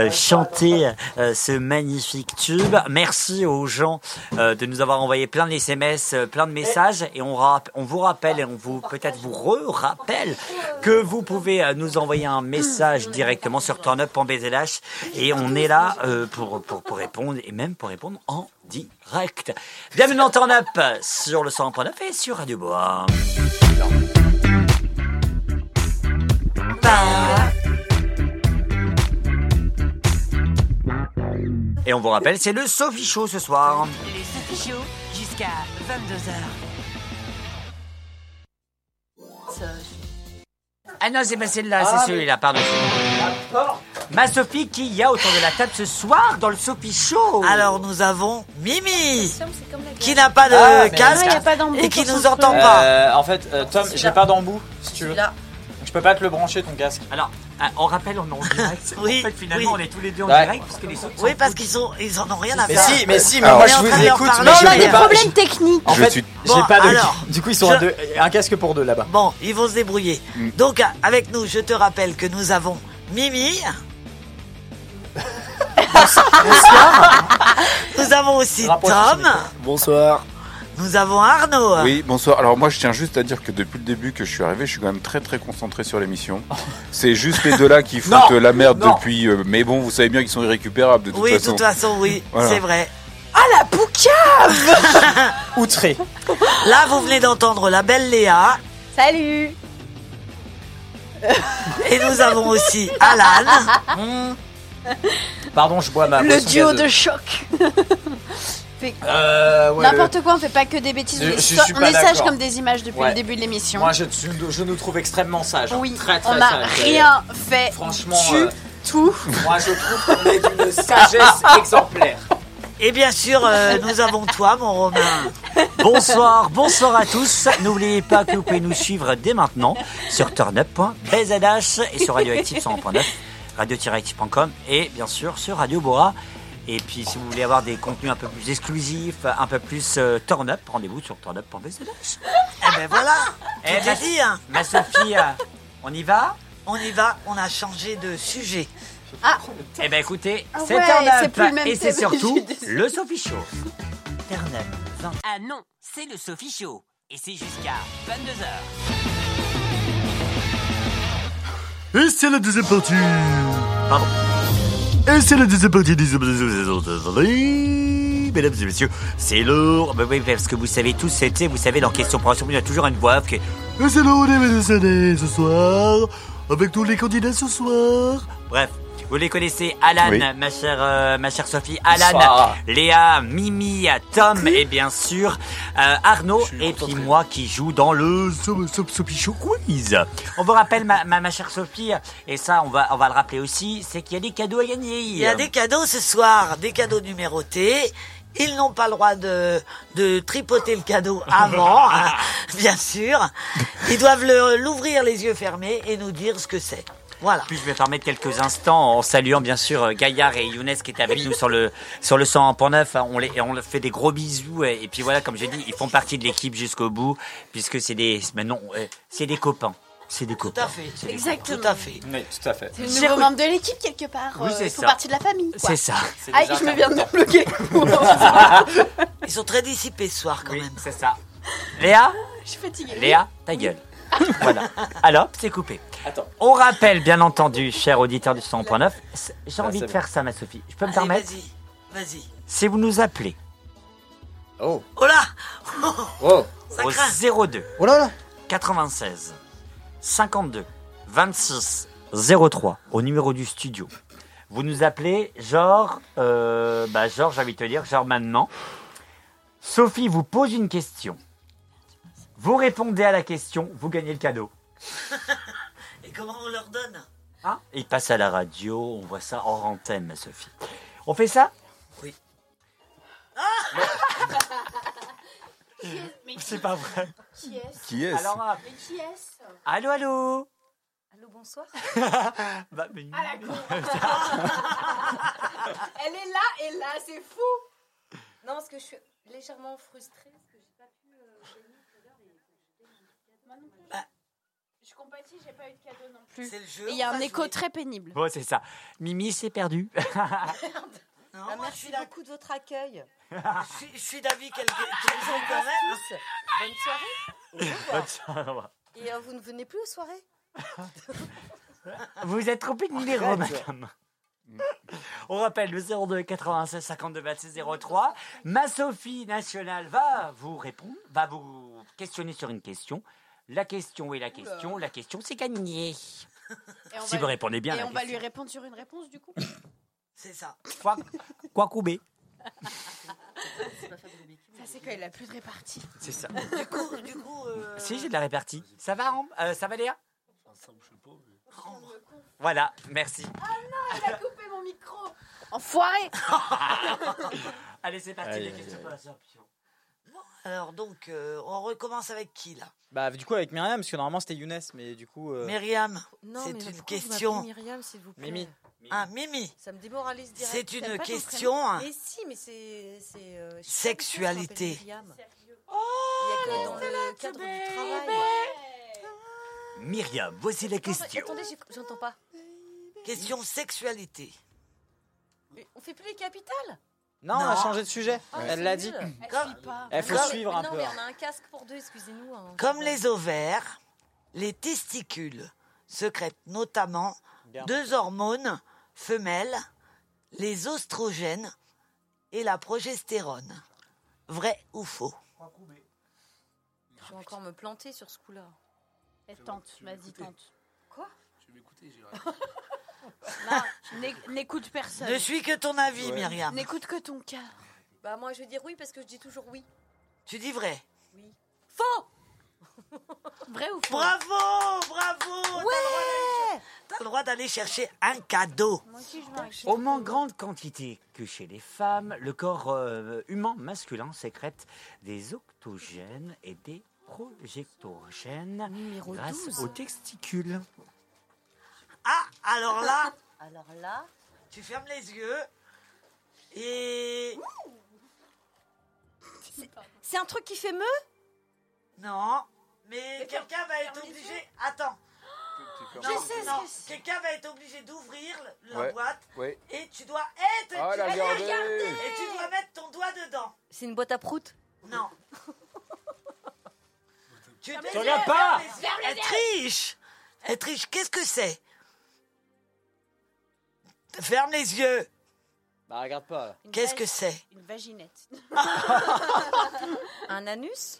chanté ce magnifique tube. Merci aux gens de nous avoir envoyé plein de SMS, plein de messages, et on vous rappelle, et on vous peut-être vous re-rappelle que vous pouvez nous envoyer un message directement sur turnup.bzlh, et on est là pour répondre, et même pour répondre en direct. Bienvenue dans Turn Up sur le 100.9 et sur Radio Bois. Et on vous rappelle, c'est le Sophie Show ce soir. Les Sophie Show jusqu'à 22h. Ah non, c'est pas celle-là, c'est celui-là, pardon. Ma Sophie, qui y a autour de la table ce soir dans le Sophie Show? Alors nous avons Mimi, qui n'a pas de casque et qui nous entend pas. En fait, Tom, j'ai pas d'embout, si tu veux. peux pas te le brancher ton casque. Alors, on rappelle, on est en direct. Oui, en fait, finalement, oui. on est tous les deux en Ouais. direct parce que les autres. Oui, parce ils en ont rien à Mais faire. si, mais Alors, moi on est je en vous train de leur écoute, parler. mais Non, je on a n'ai des pas. problèmes techniques. En Je fait, suis- j'ai Bon, pas de. alors, Du coup, ils sont à deux, un casque pour deux là-bas. Bon, ils vont se débrouiller. Donc, avec nous, je te rappelle que nous avons Mimi. Nous avons aussi Tom. Bonsoir. Nous avons Arnaud. Oui, bonsoir. Alors moi, je tiens juste à dire que depuis le début que je suis arrivé, je suis quand même très très concentré sur l'émission. C'est juste les deux là qui foutent la merde non. depuis. Mais bon, vous savez bien qu'ils sont irrécupérables de toute Oui, de façon. toute façon, oui, Voilà. c'est vrai. Ah, la poucave. Outré. Là, vous venez d'entendre la belle Léa. Salut. Et nous avons aussi Alan. Pardon, je bois ma Le boisson duo gazeuse. de choc. Fait- Ouais, N'importe quoi, on fait pas que des bêtises. Je on est, suis on pas est sage d'accord. comme des images depuis Ouais. le début de l'émission. Moi, je nous trouve extrêmement sages. hein. Oui, Très, très on n'a sages. rien fait. Franchement, du tout. moi, je trouve qu'on est d'une sagesse exemplaire. Et bien sûr, nous avons toi, mon Romain. Bonsoir à tous. N'oubliez pas que vous pouvez nous suivre dès maintenant sur turnup.bzh et sur Radioactive 101.9, radio-active.com et bien sûr sur Radio Boa. Et puis si vous voulez avoir des contenus un peu plus exclusifs, un peu plus turn up, rendez-vous sur turnup.bzh. Eh ben voilà, Eh tout est dit. Hein. Ma Sophie, on y va? On y va, on a changé de sujet. Ah, Eh ben écoutez, Ah c'est ouais, turn c'est up plus le même et c'est thème, surtout je suis désolée. le Sophie Show. Turn up. Ah non, c'est le Sophie Show. Et c'est jusqu'à 22h. Et c'est la deuxième partie. Pardon. Et c'est la deuxième partie des mesdames et messieurs, C'est lourd. Bah oui, parce que vous savez tous, vous savez, leur question pour il y a toujours une voix off qui est... et c'est l'heure des médecins ce soir, avec tous les candidats ce soir. Bref, vous les connaissez, Alan, Oui. ma chère Sophie, Alan, Bonsoir. Léa, Mimi, Tom et bien sûr Arnaud et puis moi qui joue dans le Sophie Show Quiz. On vous rappelle, ma chère Sophie, et ça on va le rappeler aussi, c'est qu'il y a des cadeaux à gagner. Il y a des cadeaux ce soir, des cadeaux numérotés. Ils n'ont pas le droit de tripoter le cadeau avant, hein, bien sûr. Ils doivent l'ouvrir les yeux fermés et nous dire ce que c'est. Voilà. Puis je vais permettre quelques instants en saluant bien sûr Gaillard et Younes qui étaient avec nous sur le 101.9. On leur fait des gros bisous et puis voilà, comme j'ai dit, ils font partie de l'équipe jusqu'au bout puisque c'est des copains. C'est des Tout copains. à fait. C'est des Exactement. Tout à fait. Oui, tout à fait. C'est le nouveau membre de l'équipe quelque part. Oui, c'est ils font ça. partie de la famille. Quoi. C'est ça. Ah, je me viens de me bloquer. Ils sont très dissipés ce soir quand Oui, même. c'est ça. Léa, Je suis fatiguée. Léa, ta gueule. Voilà. Alors, c'est coupé. Attends. On rappelle, bien entendu, cher auditeur du 100.9, j'ai envie c'est de faire ça, ma Sophie. Je peux me Allez, permettre? vas-y. Si vous nous appelez Oh. Oh là Oh. Ça au craint. 02 Oh là là. 96 52 26 03 au numéro du studio. Vous nous appelez genre j'ai envie de te dire genre maintenant. Sophie vous pose une question. Vous répondez à la question, vous gagnez le cadeau. Et comment on leur donne? Hein? Il passe à la radio, on voit ça hors antenne, ma Sophie. On fait ça? Oui. Mais C'est pas vrai. qui est-ce Qui est-ce? Alors, Mais qui est-ce allô, allô? Allô, bonsoir. Bah, mais- Ah la con. Elle est là et là, c'est fou. Non, parce que je suis légèrement frustrée parce que j'ai pas pu gagner tout à l'heure et Moi non plus. Bah. Je compatis, j'ai pas eu de cadeau non plus. C'est le jeu. Et il y a on un va écho jouer. très pénible. Bon, c'est ça. Mimi s'est perdue. Non, Ah, moi, merci beaucoup de votre accueil. je suis d'avis qu'elles ont quand même. Bonne soirée. Au revoir. Et vous ne venez plus aux soirées? Vous êtes trop numéro, madame. On rappelle le 02 96 52 26 03. Ma Sophie nationale va vous répondre, va vous questionner sur une question. La question est la question. La question, c'est gagné. Et on Si va- vous répondez bien à Et la on va question. lui répondre sur une réponse du coup. C'est ça. Quoi couper. Ça c'est quand il a plus de répartie. C'est ça. Du coup. Si, j'ai de la répartie. Ça va, ça va, Léa? Voilà, merci. Ah non, il a coupé mon micro. Enfoiré. Allez, c'est parti. Aïe, Les aïe, questions aïe. pour la Sophie. Alors donc, on recommence avec qui là? Bah du coup avec Myriam, parce que normalement c'était Younes, mais du coup... Myriam, Non, c'est mais une pourquoi vous question. m'appelez Myriam, s'il vous plaît. Mimi. Ah, Mimi. Ça me démoralise direct. C'est une T'aimes pas ton question, prénom hein. Mais si, mais c'est Sexualité. Il y a que dans le cadre du travail. Myriam, voici la question. Attendez, j'entends pas. Question sexualité. Mais on fait plus les capitales. Non, on a changé de sujet. Ah, Elle c'est l'a nul. dit. Elle faut suivre un non, peu. mais on a un casque pour deux, excusez-nous. hein. Comme les ovaires, les testicules sécrètent notamment deux hormones femelles, les oestrogènes et la progestérone. Vrai ou faux? Je vais encore me planter sur ce coup-là. Tente, vas-y, tente. Quoi? Je vais m'écouter, j'ai Non, n'écoute personne. Ne suis que ton avis, Myriam. N'écoute que ton cœur. Bah moi je vais dire oui parce que je dis toujours oui. Tu dis vrai? Oui. Faux. Vrai ou faux? Bravo, bravo. Ouais. T'as le droit d'aller chercher un cadeau. Moi aussi, je vais Au moins grande quantité que chez les femmes, le corps humain masculin sécrète des octogènes et des progestogènes grâce 12. aux testicules. Ah, alors là, Alors là, tu fermes les yeux et... c'est un truc qui fait me. Non, mais quelqu'un va être obligé... Attends. Je sais ce que c'est. Quelqu'un va être obligé d'ouvrir la Ouais, boîte ouais. et tu dois être... Ah, la regardez. Et tu dois mettre ton doigt dedans. C'est une boîte à prout. Non. Tu regardes pas. Elle triche. Elle triche. Qu'est-ce que c'est? Ferme les yeux. Bah regarde pas. Là. Qu'est-ce que c'est? Une vaginette. Un anus.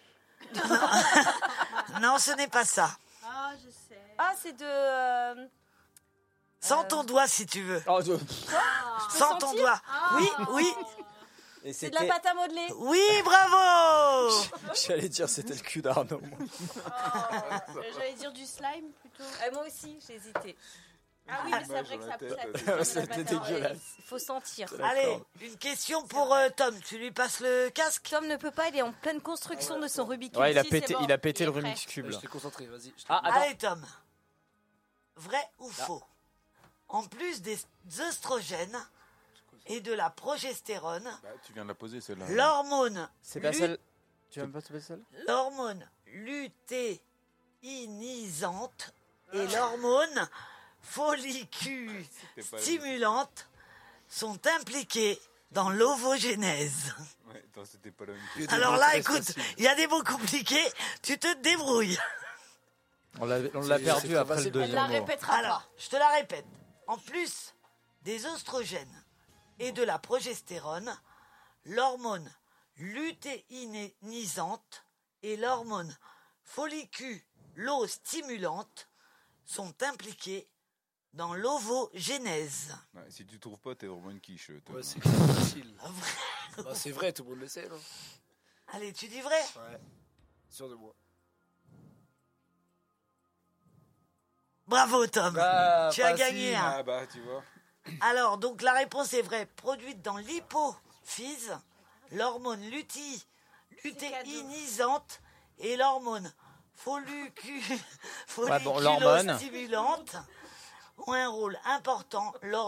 Non, ce n'est pas ça. Ah, je sais. Ah, c'est de. Sans ton doigt, si tu veux. Oh, Sans ton doigt. Oui, oui. Et C'est de la pâte à modeler. Oui, bravo. J'allais dire c'était le cul d'Arnaud. J'allais dire du slime plutôt. Moi aussi, j'ai hésité. Ah oui, mais c'est vrai que ça pousse la tête. C'était dégueulasse. Il faut sentir. Allez, une question pour Tom. Tu lui passes le casque? Tom ne peut pas, il est en pleine construction de son Rubik's Cube. Ouais, il a Si, pété, c'est bon. il a pété Il le est prêt. Rubik's Cube. Je Là. t'ai concentré, vas-y. Ah, attends. Allez, Tom. Vrai ou faux? En plus des œstrogènes et de la progestérone, Bah, tu viens de la poser celle-là. l'hormone... C'est pas lu- celle. Tu vas me passer celle? L'hormone lutéinisante et l'hormone follicule-stimulante sont impliquées dans l'ovogénèse. Ouais, attends, c'était pas la même. Alors là, écoute, il y a des mots compliqués, tu te débrouilles. On l'a perdu après le Elle deuxième la mot. répétera Alors, pas. je te la répète. En plus des oestrogènes et de la progestérone, l'hormone lutéinisante et l'hormone folliculostimulante sont impliquées dans l'ovogénèse. Ouais, si tu trouves pas, t'es vraiment une quiche. Tom. Ouais, c'est facile. Ah, vrai. Bah, c'est vrai, tout le monde le sait, non? Allez, tu dis vrai? Ouais. Sûr de moi. Bravo Tom, Ah, tu as facile. gagné. Hein. Ah bah, tu vois. Alors, donc la réponse est vraie. Produite dans l'hypophyse, l'hormone lutéinisante et l'hormone folliculostimulante ont un rôle important lors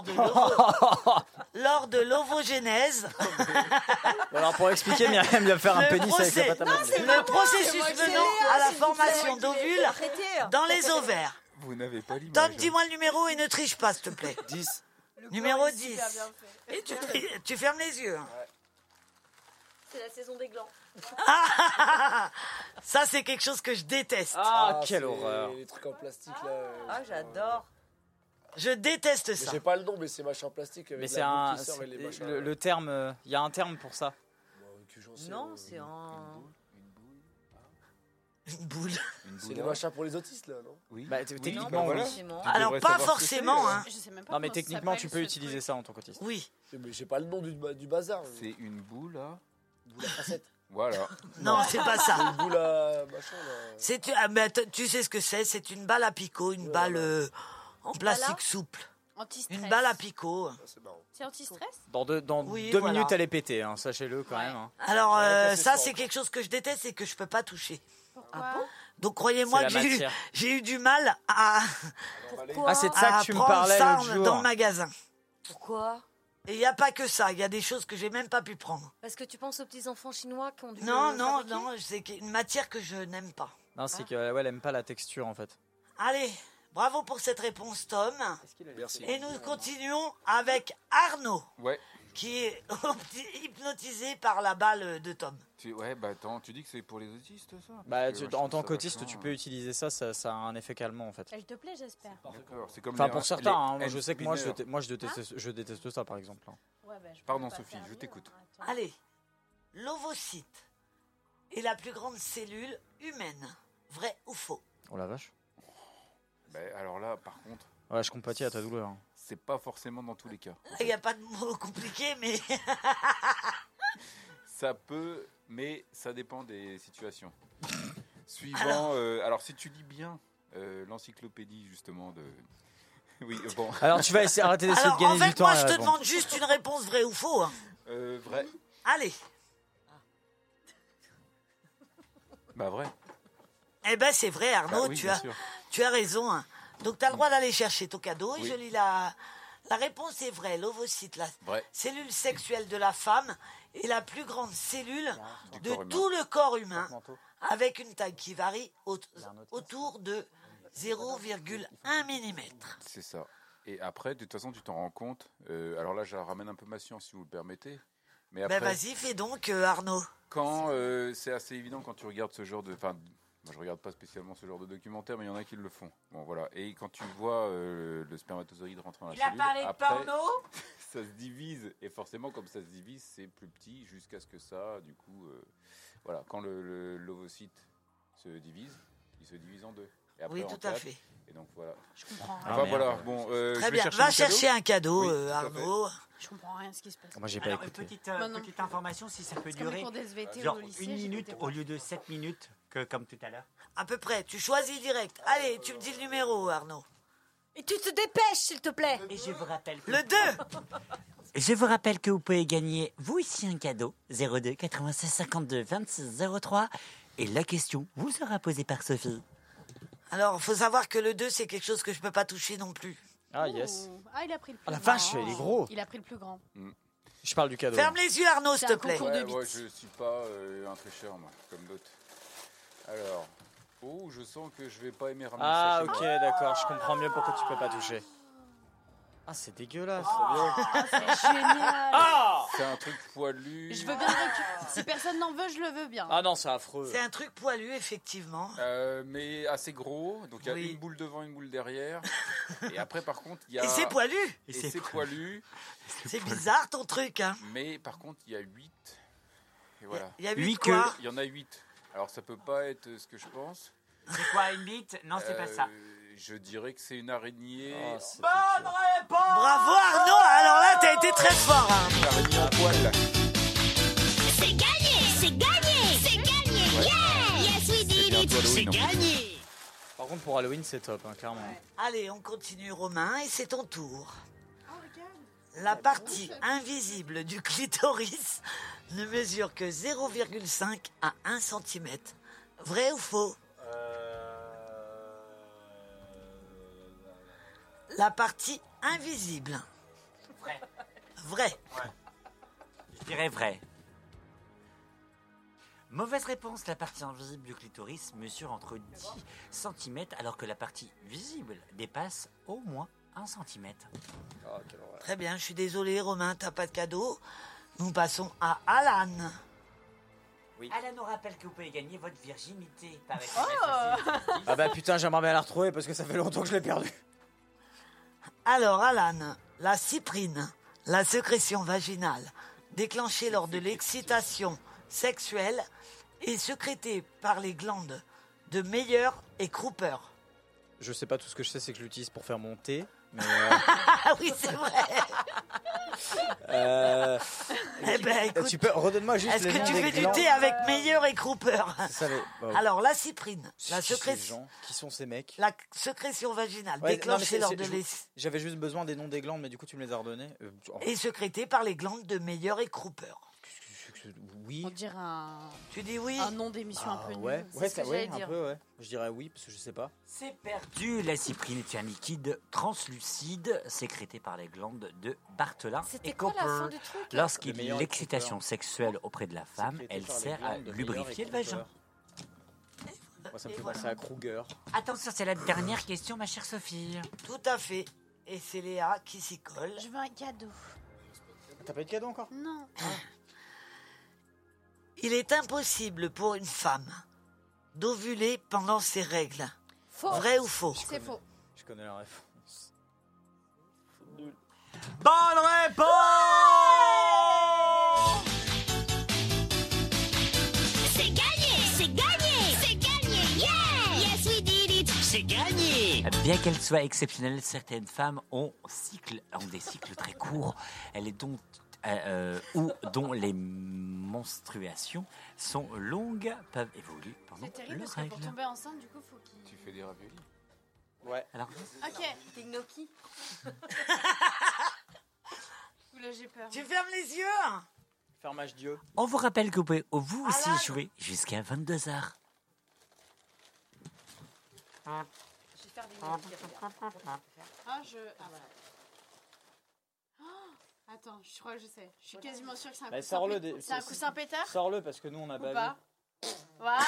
de l'ovogénèse. Bon, alors pour expliquer, Myriam vient faire un pénis avec la pâte à modeler. Le processus menant à la formation d'ovules dans les ovaires. Vous n'avez pas l'image. Tom, dis-moi le numéro et ne triche pas, s'il te plaît. 10. Numéro 10. Et tu fermes les yeux. Hein. C'est la saison des glands. Ça, c'est quelque chose que je déteste. Ah, quelle c'est horreur. Les trucs en plastique, là. Ah, j'adore. Je déteste Mais ça. j'ai pas le nom, mais c'est machin plastique avec Mais la c'est boule un. qui sort et les machins. Le terme. Il y a un terme pour ça. Bon, que j'en sais, Non, c'est un. Une boule. C'est les machins pour les autistes, là, non? Oui. Bah, Non, techniquement, pas oui. forcément. Alors, devrais pas savoir ce que forcément, c'est, hein. Je sais même pas Non, mais comment ça techniquement, tu s'appelle, peux ce utiliser truc. ça en tant qu'autiste. Oui. Mais j'ai pas le nom du bazar. C'est une boule, là. Boule à facette. Voilà. Non, c'est pas ça. Une boule à machin, là. Tu sais ce que c'est? C'est une balle à picot, une balle en plastique souple. Anti-stress. Une balle à picot. C'est anti-stress? Dans deux Oui, deux voilà. minutes, elle est pétée, hein, sachez-le quand même. Hein. Alors, Ouais, ça, c'est quelque chose que je déteste et que je peux pas toucher. Pourquoi? Donc, croyez-moi C'est que la matière. j'ai eu du mal à. Ah, c'est de ça à que tu me prendre parlais ça l'autre jour. dans le magasin. Pourquoi? Et il n'y a pas que ça. Il y a des choses que j'ai même pas pu prendre. Parce que tu penses aux petits enfants chinois qui ont dû. Non, le non, fabriquer. non. C'est une matière que je n'aime pas. Non, c'est qu'elle elle aime pas la texture en fait. Allez, bravo pour cette réponse, Tom. Merci. Et nous continuons avec Arnaud, Ouais. qui est hypnotisé par la balle de Tom. Ouais, bah attends, tu dis que c'est pour les autistes, ça? Bah, Parce que, en je tant trouve ça qu'autiste, vachement- tu peux utiliser ça, ça a un effet calmant en fait. Elle te plaît, j'espère. D'accord, c'est comme Enfin, les- pour certains, les hein, moi, je sais que moi, hand-spinners. je déteste ça par exemple. hein. Ouais, bah, je Pardon, peux pas Sophie, faire je mieux, t'écoute. hein. Attends. Allez, l'ovocyte est la plus grande cellule humaine. Vrai ou faux? Oh la vache. Bah, alors là, par contre, Ouais, je compatis à ta douleur. hein. c'est pas forcément dans tous les cas. Il n'y a pas de mots compliqués, mais Ça peut, mais ça dépend des situations. Suivant, alors si tu lis bien l'encyclopédie justement de... Oui, bon. Alors tu vas essayer, arrêter d'essayer alors de en gagner du fait, temps. moi, à je te répondre. demande juste une réponse vraie ou faux. hein. Vrai. Allez, Bah vrai. eh ben c'est vrai, Arnaud, Bah oui, bien sûr. tu as raison. hein. Donc, tu as le droit d'aller chercher ton cadeau. Et Oui. je lis la réponse est vraie. L'ovocyte, la Vrai. cellule sexuelle de la femme, est la plus grande cellule Du de corps humain. tout le corps humain, Manteau. avec une taille qui varie autour de 0,1 mm. C'est ça. Et après, de toute façon, tu t'en rends compte. Alors là, je ramène un peu ma science, si vous le permettez. Mais après, Ben vas-y, fais donc, Arnaud. quand c'est assez évident quand tu regardes ce genre de... Enfin, moi, je regarde pas spécialement ce genre de documentaire, mais il y en a qui le font. Bon, voilà. Et quand tu vois le spermatozoïde rentrer dans la Il a cellule, parlé de après, porno? ça se divise. Et forcément, comme ça se divise, c'est plus petit jusqu'à ce que ça, du coup... voilà. Quand l'ovocyte se divise, il se divise en deux. Et après, Oui, en tout à quatre. fait. Et donc, voilà. Je comprends Ah, rien. Enfin, merde. voilà. Bon, je Très vais bien. chercher Va mon cadeau. chercher un cadeau, Oui, tout à fait. Arnaud. Je comprends rien à ce qui se passe. Moi, j'ai pas Alors, une écouté. petite, Moi non petite plus. information, si ça peut C'est comme les durer cours d'SVT genre au lycée, une minute j'écoutais au pas. lieu de 7 minutes, que comme tout à l'heure. À peu près. Tu choisis direct. Allez, tu me dis le numéro, Arnaud. Et tu te dépêches, s'il te plaît. Et je vous rappelle que... Le 2. Je vous rappelle que vous pouvez gagner, vous aussi, un cadeau. 02 96 52 26 03. Et la question vous sera posée par Sophie. Alors, faut savoir que le 2, c'est quelque chose que je peux pas toucher non plus. Ah yes. Oh. Ah, il a pris le plus Ah, la grand. vache, il est gros. Il a pris le plus grand. Je parle du cadeau. Ferme les yeux, Arnaud, s'il C'est te un plaît. concours de Ouais, bites. moi, je suis pas un tricheur, moi, comme d'autres. Alors, je sens que je vais pas aimer ramener Ah ça chez ok, moi. d'accord, je comprends mieux pourquoi tu peux pas toucher. Ah, c'est dégueulasse. C'est génial. C'est un truc poilu. Je veux bien le récupérer. Si personne n'en veut, je le veux bien. Ah non, c'est affreux. C'est un truc poilu, effectivement. Mais assez gros. Donc il y a Oui. une boule devant, une boule derrière. Et après, par contre, il y a. Et c'est poilu. Et c'est poilu. C'est bizarre ton truc, hein. Mais par contre, il y a 8. Et voilà. Il y a 8 Huit quoi? Il y en a 8. Alors ça peut pas être ce que je pense. C'est quoi, une bite? Non, c'est pas ça. Je dirais que c'est une araignée. Oh, c'est Bonne réponse! Bravo Arnaud. Alors là, t'as été très fort. hein. Une araignée en poil. C'est gagné, c'est gagné, c'est gagné, yeah! Yes, we did it! bientôt C'est Halloween, en plus. gagné! Par contre, pour Halloween, c'est top, hein, clairement. Allez, on continue, Romain, et c'est ton tour. La partie invisible du clitoris ne mesure que 0,5 à 1 cm. Vrai ou faux? La partie invisible. Vrai. Vrai. Je dirais vrai. Mauvaise réponse, la partie invisible du clitoris mesure entre 10 cm alors que la partie visible dépasse au moins 1 cm. Oh, quelle horreur. Très bien, je suis désolé, Romain, t'as pas de cadeau. Nous passons à Alan. Alain nous rappelle que vous pouvez gagner votre virginité par Ah bah putain, j'aimerais bien la retrouver parce que ça fait longtemps que je l'ai perdue. Alors, Alan, la cyprine, la sécrétion vaginale, déclenchée lors de l'excitation sexuelle, est sécrétée par les glandes de Meyer et Cooper. Je sais pas, tout ce que je sais, c'est que je l'utilise pour faire mon thé, Mais, Ah oui, c'est vrai. Eh ben, écoute, tu peux redonne-moi juste est-ce les que noms tu des fais du glands. thé avec Meilleur et Cooper? C'est ça, Alors, la cyprine, la Qui sont sécrétion, ces gens Qui sont ces mecs la sécrétion vaginale Ouais, non, mais déclenchée lors de J'avais juste besoin des noms des glandes, mais du coup tu me les as redonnés. et sécrétée par les glandes de Meilleur et Cooper. Oui. On dirait un. Tu dis oui? Un nom d'émission un peu nul. Ouais, C'est ouais, ce que ça, ouais, j'allais un dire. peu, ouais. Je dirais oui, parce que je sais pas. C'est perdu. La cyprine est un liquide translucide sécrété par les glandes de Bartholin C'était et quoi la Cooper. fin du truc Lorsqu'il Le y a meilleur l'excitation Cooper. sexuelle auprès de la femme, Sécrété elle par les sert à glandes de lubrifier le Meilleur et vagin. Cooper. Moi, ça me fait penser à Kruger. Attention, c'est la dernière question, ma chère Sophie. Tout à fait. Et c'est Léa qui s'y colle. Je veux un cadeau. T'as pas eu de cadeau encore? Non. Il est impossible pour une femme d'ovuler pendant ses règles. Faux. Vrai ou faux? C'est faux. Je connais la réponse. Bonne réponse! C'est gagné, c'est gagné, c'est gagné, yeah! Yes, we did it! C'est gagné! Bien qu'elles soient exceptionnelles, certaines femmes ont des cycles très courts. Elle est donc ou dont les menstruations sont longues peuvent évoluer pendant C'est terrible leurs parce que pour règles. tomber enceinte, du coup, faut qu'il. Tu fais des raviolis? Ouais. Alors, Ok. Des gnocchis. Oula, j'ai peur. Tu fermes les yeux? Fermage Dieu. on vous rappelle que vous pouvez vous aussi jouer jusqu'à 22h. Je vais faire des gnocchis. Ah, voilà. Oh, attends, je crois que je sais. Je suis quasiment sûre que c'est un Bah, coussin. sors-le. C'est un coussin pétard? Sors-le parce que nous on a Ou pas pas? vu. Voilà.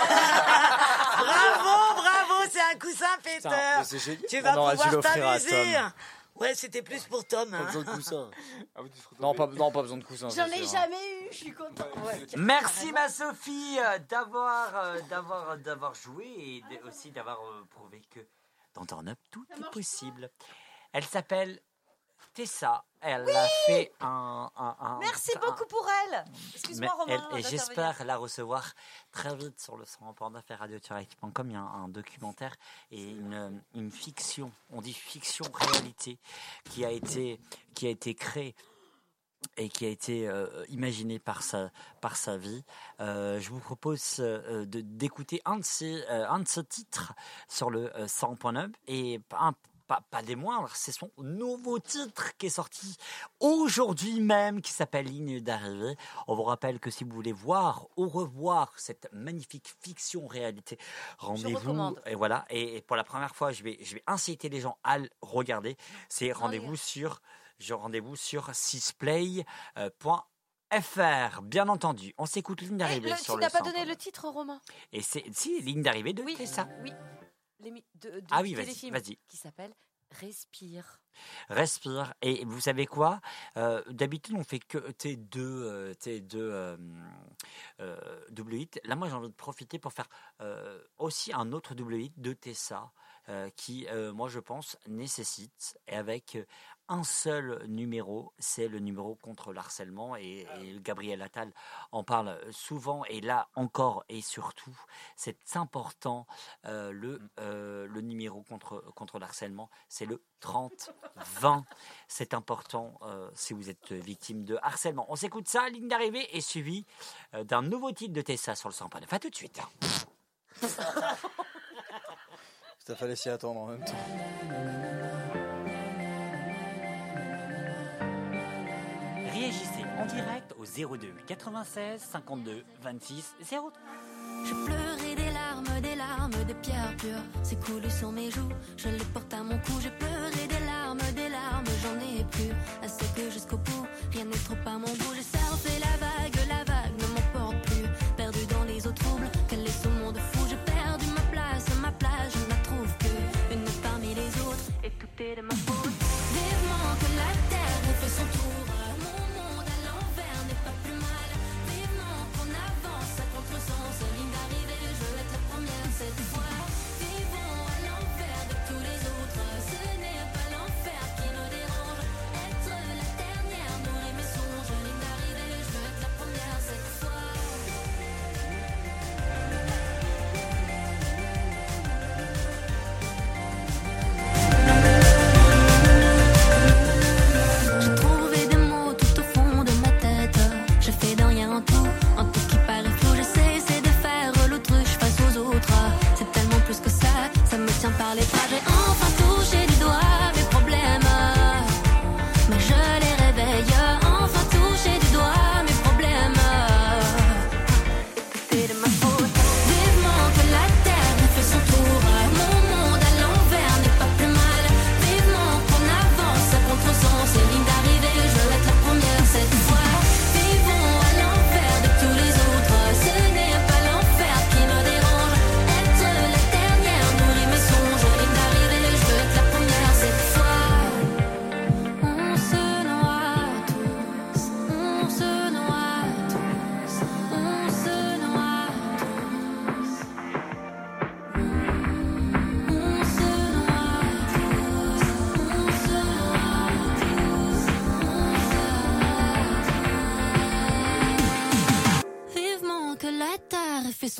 Bravo, c'est un coussin péteur. mais c'est génial. Tu vas On aurait dû pouvoir l'offrir à t'amuser. Tom. Ouais, c'était plus pour Tom. Pas Hein. besoin de coussin. Non, pas besoin de coussin. J'en c'est ai sûr. jamais eu, je suis contente. Merci ma Sophie d'avoir joué et aussi d'avoir prouvé que dans Turn-Up tout est possible. Elle s'appelle Tessa. Elle a fait un Merci beaucoup pour elle. Excuse-moi, mais Romain. et d'intervenir. j'espère la recevoir très vite sur le 100.9 et radio-direct.com. Il y a un documentaire et une fiction, on dit fiction-réalité, qui a été créée et qui a été imaginé par sa vie. Je vous propose d'écouter un de ses titres sur le 100.9 et pas des moindres, c'est son nouveau titre qui est sorti aujourd'hui même, qui s'appelle Ligne d'arrivée. On vous rappelle que si vous voulez voir ou revoir cette magnifique fiction-réalité, rendez-vous. recommande. Et voilà. Et pour la première fois, je vais inciter les gens à le regarder. C'est rendez-vous sur sisplay.fr. Bien entendu. On s'écoute Ligne d'arrivée sur Tu le n'as pas 100.9. donné le titre, Romain? Et c'est Ligne d'arrivée de Tessa. Oui. De Ah oui, vas-y, téléfilm vas-y. qui s'appelle Respire. Respire. Et vous savez quoi? D'habitude, on fait que tes deux double hit. Là, moi, j'ai envie de profiter pour faire aussi un autre double hit de Tessa qui, moi, je pense, nécessite, et avec un seul numéro, c'est le numéro contre le harcèlement. Et Gabriel Attal en parle souvent. Et là, encore et surtout, c'est important, le numéro contre le harcèlement, c'est le 30-20. C'est important si vous êtes victime de harcèlement. On s'écoute ça, Ligne d'arrivée, et suivi d'un nouveau titre de Tessa sur le 100.9. À tout de suite. Ça fallait s'y attendre en même temps. Réagissez en direct au 02 96 52 26 03. Je pleurais des larmes de pierres pures. C'est coulé sur mes joues, je les porte à mon cou. J'ai pleuré des larmes, j'en ai plus. Assez que jusqu'au bout, rien n'est trop à mon goût. J'ai surfé la vague ne m'emporte plus. Perdu dans les eaux troubles, quel est ce monde fou. J'ai perdu ma place, je ne la trouve plus. Une parmi les autres, et tout est de ma faute. Vivement que la terre fait son tour. Mon monde à l'envers n'est pas plus mal. Vivement qu'on avance à contresens. Ligne d'arrivée, je veux être la première cette fois. Vivons à l'envers de tous les autres. Ce n'est pas l'enfer qui nous dérange. Être la dernière nourrit mes songes. Ligne d'arrivée, je veux être la première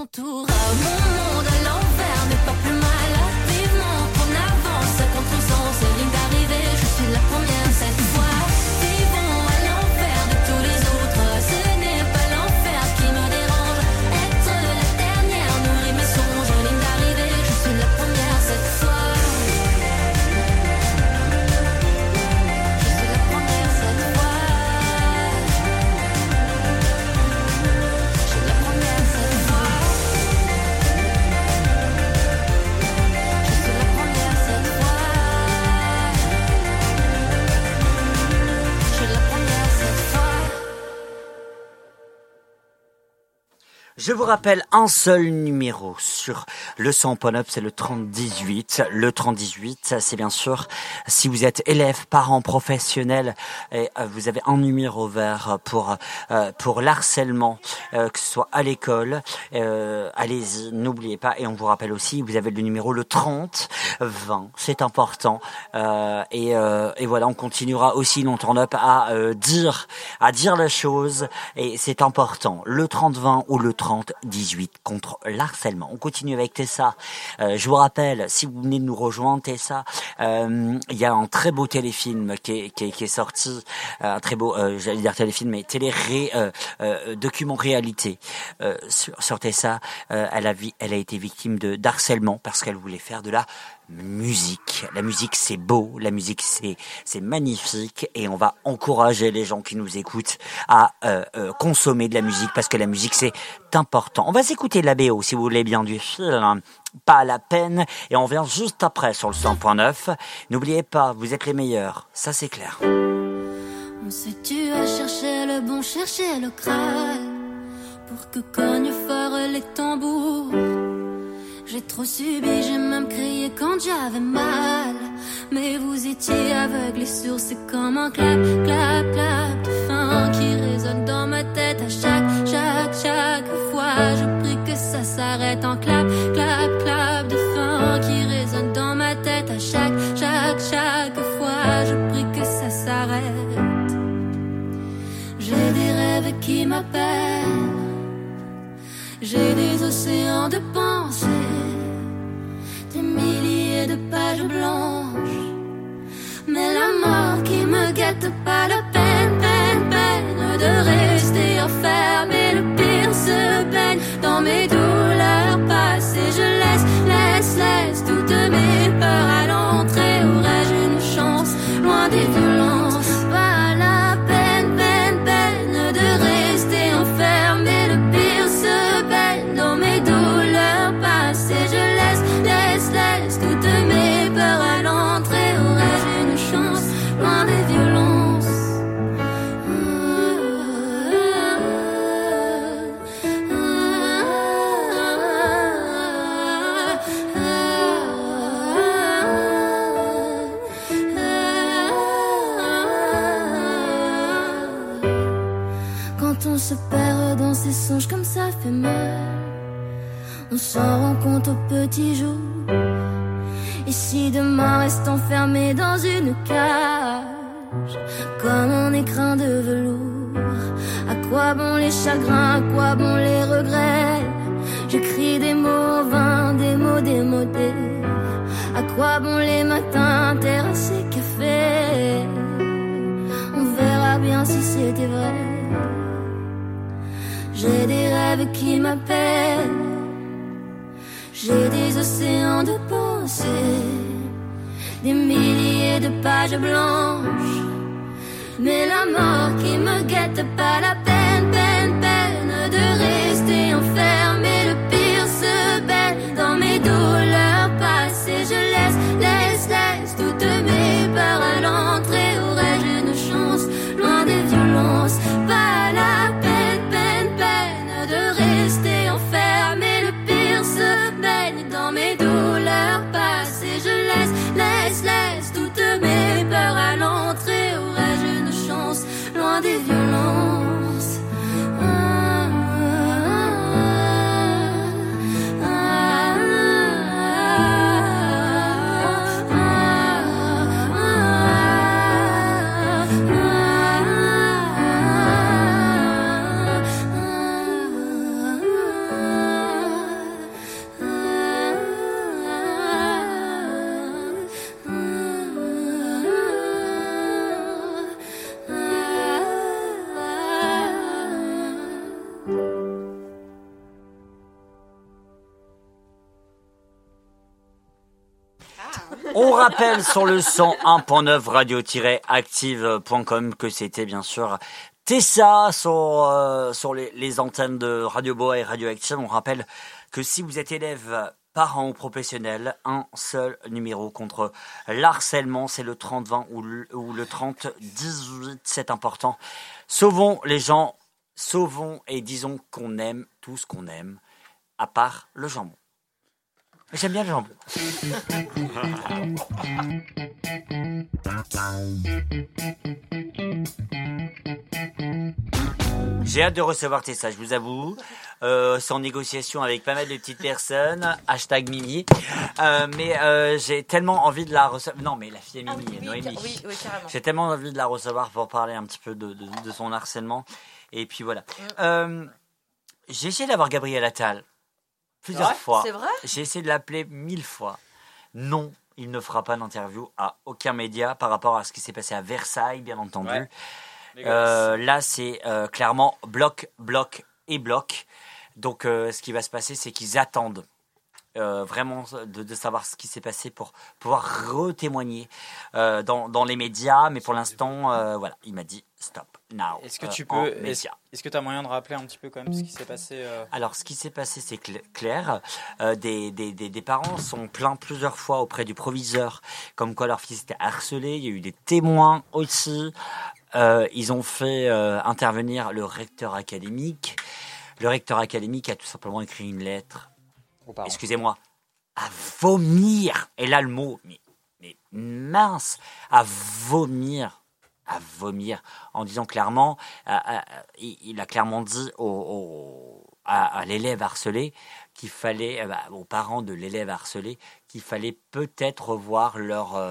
m'entoure. Mon monde à l'envers, mais pas plus mal. Vivement qu'on avance à contre-sens. Ligne d'arrivée, je suis la première cette fois. Vivons à l'envers de tous les autres. Ce n'est pas l'enfer qui me dérange. Être la dernière nourrit mes songes. Ligne d'arrivée, je suis la première cette fois. Je suis la première cette fois. Je suis la première cette fois. Je suis la première cette fois. Je suis la première cette fois. Je vous rappelle un seul numéro sur le 100.9, c'est le 3018. Le 3018, c'est bien sûr si vous êtes élève, parent, professionnel et vous avez un numéro vert pour l'harcèlement, que ce soit à l'école. Allez-y, n'oubliez pas. Et on vous rappelle aussi, vous avez le numéro le 3020, c'est important. Et voilà, on continuera aussi longtemps à dire les choses et c'est important. Le 3020 ou le 3018 contre l'harcèlement. On continue avec Tessa. Je vous rappelle, si vous venez de nous rejoindre, Tessa, il y a un très beau téléfilm qui est sorti, un très beau, j'allais dire téléfilm, mais document réalité sur Tessa. Elle a été victime d'harcèlement parce qu'elle voulait faire de la musique. La musique, c'est beau. La musique, c'est magnifique. Et on va encourager les gens qui nous écoutent à consommer de la musique parce que la musique, c'est important. On va s'écouter la BO, si vous voulez bien, du film. Pas la peine. Et on revient juste après sur le 100.9. N'oubliez pas, vous êtes les meilleurs. Ça, c'est clair. On s'est tué à chercher le bon, chercher le Graal pour que cognent fort les tambours. J'ai trop subi, j'ai même crié quand j'avais mal. Mais vous étiez aveugle et sourd, c'est comme un clap, clap, clap de fin qui résonne dans ma tête à chaque fois. Je prie que ça s'arrête en clap, clap, clap de fin qui résonne dans ma tête à chaque fois. Je prie que ça s'arrête. J'ai des rêves qui m'appellent. J'ai des océans de pensées, des milliers de pages blanches. Mais la mort qui me guette, pas la peine de rester enfermé. Le pire se baigne dans mes douleurs passées. Je laisse toutes mes peurs à l'entrée. Aurais-je une chance, loin des violences? Pas la peine de rester enfermé. Le pire se baigne dans mes douleurs passées. Je laisse toutes mes peurs à l'entrée. Aurais-je une chance, loin des violences? Quand on se perd dans ses songes comme ça fait mal, on s'en rend compte au petit jour. Et si demain reste enfermé dans une cage, comme un écrin de velours, à quoi bon les chagrins, à quoi bon les regrets? J'écris des mots vains, des mots démodés. À quoi bon les matins, terrassés, café? On verra bien si c'était vrai. J'ai des rêves qui m'appellent. J'ai des océans de pensées, des milliers de pages blanches. Mais la mort qui me guette, pas la peine de rester enfermé. Le pire se baigne dans mes douleurs passées. Je laisse toutes mes peurs à l'entrée. Aurais-je une chance, loin des violences? Pas la peine de rester enfermé. Le pire se baigne dans mes douleurs passées. Je laisse toutes mes peurs à l'entrée. Aurais-je une chance, loin des violences? On rappelle sur le 101.9 radio-active.com que c'était bien sûr Tessa sur les antennes de Radio Boa et Radioactive. On rappelle que si vous êtes élève, parent ou professionnel, un seul numéro contre l'harcèlement, c'est le 30-20 ou le 30-18, c'est important. Sauvons les gens, sauvons et disons qu'on aime tout ce qu'on aime, à part le jambon. J'aime bien le jambon. J'ai hâte de recevoir Tessa, je vous avoue. C'est en négociation avec pas mal de petites personnes. # Mimi. Mais j'ai tellement envie de la recevoir. Non, mais la fille est Mimi, Noémie. Oui, carrément. J'ai tellement envie de la recevoir pour parler un petit peu de son harcèlement. Et puis voilà. J'ai essayé d'avoir Gabriel Attal plusieurs fois. C'est vrai ? J'ai essayé de l'appeler 1000 fois. Non, il ne fera pas d'interview à aucun média par rapport à ce qui s'est passé à Versailles, bien entendu. Ouais. Là, c'est clairement bloc. Donc, ce qui va se passer, c'est qu'ils attendent vraiment de savoir ce qui s'est passé pour pouvoir retémoigner dans les médias. Mais pour l'instant, voilà, il m'a dit stop now. Est-ce que tu peux, est-ce que tu as moyen de rappeler un petit peu quand même ce qui s'est passé Alors, ce qui s'est passé, c'est clair. Des parents sont plaints plusieurs fois auprès du proviseur, comme quoi leur fils était harcelé. Il y a eu des témoins aussi. Ils ont fait intervenir le recteur académique. Le recteur académique a tout simplement écrit une lettre, excusez-moi, à vomir. Et là, le mot, mais mince, à vomir, en disant clairement, il a clairement dit à l'élève harcelé qu'il fallait, aux parents de l'élève harcelé, qu'il fallait peut-être revoir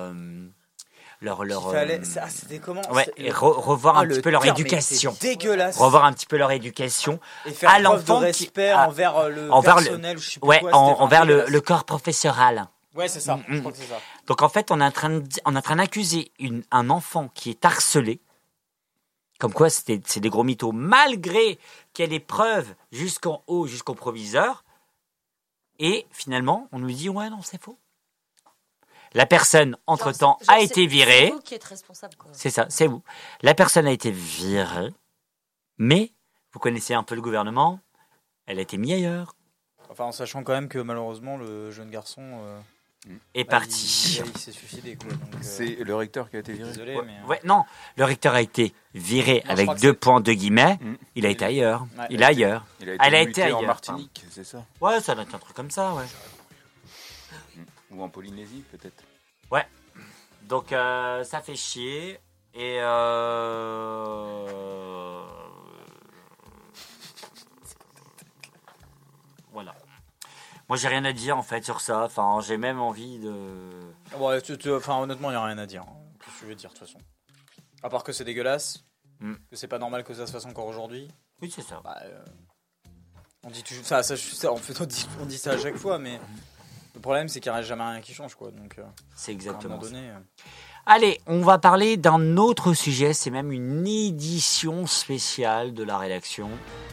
c'était comment et revoir un petit peu leur éducation. Dégueulasse. Revoir un petit peu leur éducation. Et faire à preuve de l'enfant respect envers le personnel. Je sais plus quoi, envers le corps professoral. Ouais, c'est ça. Je crois que c'est ça. Donc en fait, on est en train d'accuser un enfant qui est harcelé. Comme quoi, c'est des gros mythos. Malgré qu'il y ait des preuves jusqu'en haut, jusqu'au proviseur. Et finalement, on nous dit, ouais, non, c'est faux. La personne, entre-temps, a été virée. C'est vous qui êtes responsable. C'est ça, c'est vous. La personne a été virée, mais, vous connaissez un peu le gouvernement, elle a été mise ailleurs. Enfin, en sachant quand même que malheureusement, le jeune garçon est parti. Il s'est suicidé. Quoi, donc, c'est le recteur qui a été viré. Désolé, mais... Ouais, non, le recteur a été viré avec 2 points de guillemets. Il a été ailleurs. Ouais. Il est ailleurs. Elle a été ailleurs. En Martinique, c'est ça ? Ouais, ça doit être un truc comme ça, ouais. Ou en Polynésie, peut-être. Ouais. Donc, ça fait chier. Et voilà. Moi, j'ai rien à dire, en fait, sur ça. Enfin, j'ai même envie de... Bon, honnêtement, il n'y a rien à dire. Qu'est-ce que tu veux dire, de toute façon ? À part que c'est dégueulasse, que c'est pas normal que ça se fasse encore aujourd'hui. Oui, c'est ça. On dit toujours ça, on dit ça à chaque fois, mais... Le problème, c'est qu'il n'y a jamais rien qui change, quoi. Donc, c'est exactement à un moment donné, Allez, on va parler d'un autre sujet. C'est même une édition spéciale de la rédaction.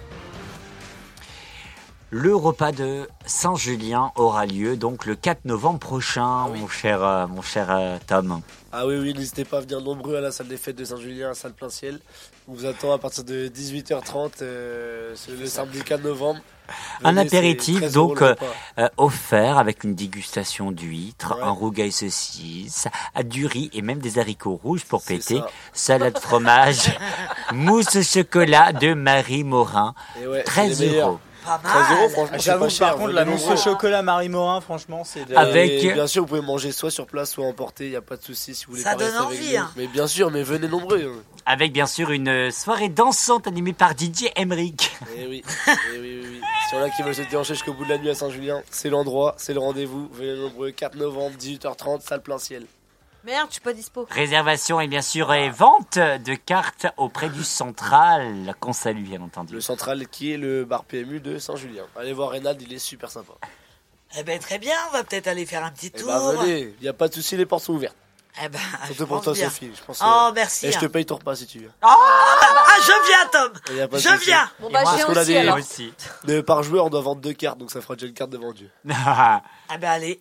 Le repas de Saint-Julien aura lieu donc le 4 novembre prochain, mon cher Tom. Ah oui, n'hésitez pas à venir nombreux à la salle des fêtes de Saint-Julien, à salle plein ciel. On vous attend à partir de 18h30, le samedi 4 novembre. Un apéritif donc offert avec une dégustation d'huîtres, un rougail saucisse, du riz et même des haricots rouges pour péter, salade fromage, mousse au chocolat de Marie Morin, 13 €. Pas mal. 13 €, franchement, j'avoue, c'est pas par cher. contre, la mousse au chocolat Marie Morin, franchement, c'est de... Avec... Bien sûr, vous pouvez manger soit sur place, soit emporter, il n'y a pas de souci si vous voulez Ça pas rester donne avec envie, nous. hein. Mais bien sûr, mais venez nombreux. Avec bien sûr une soirée dansante animée par DJ Emric. Eh oui. Si on a qui veulent se déhancher jusqu'au bout de la nuit à Saint-Julien, c'est l'endroit, c'est le rendez-vous. Venez nombreux, 4 novembre, 18h30, salle plein ciel. Merde, je suis pas dispo. Réservation et bien sûr vente de cartes auprès du Central, qu'on salue bien entendu. Le Central qui est le bar PMU de Saint-Julien. Allez voir Reynald, il est super sympa. Eh ben très bien, on va peut-être aller faire un petit tour. Venez, il n'y a pas de souci, les portes sont ouvertes. Eh ben, surtout pour toi, bien. Sophie. Je pense, merci. Et je te paye ton repas si tu veux. Je viens, Tom. Je viens. Bon bah j'ai aussi alors. Par joueur, on doit vendre 2 cartes, donc ça fera déjà une carte de vendu. Eh ben allez.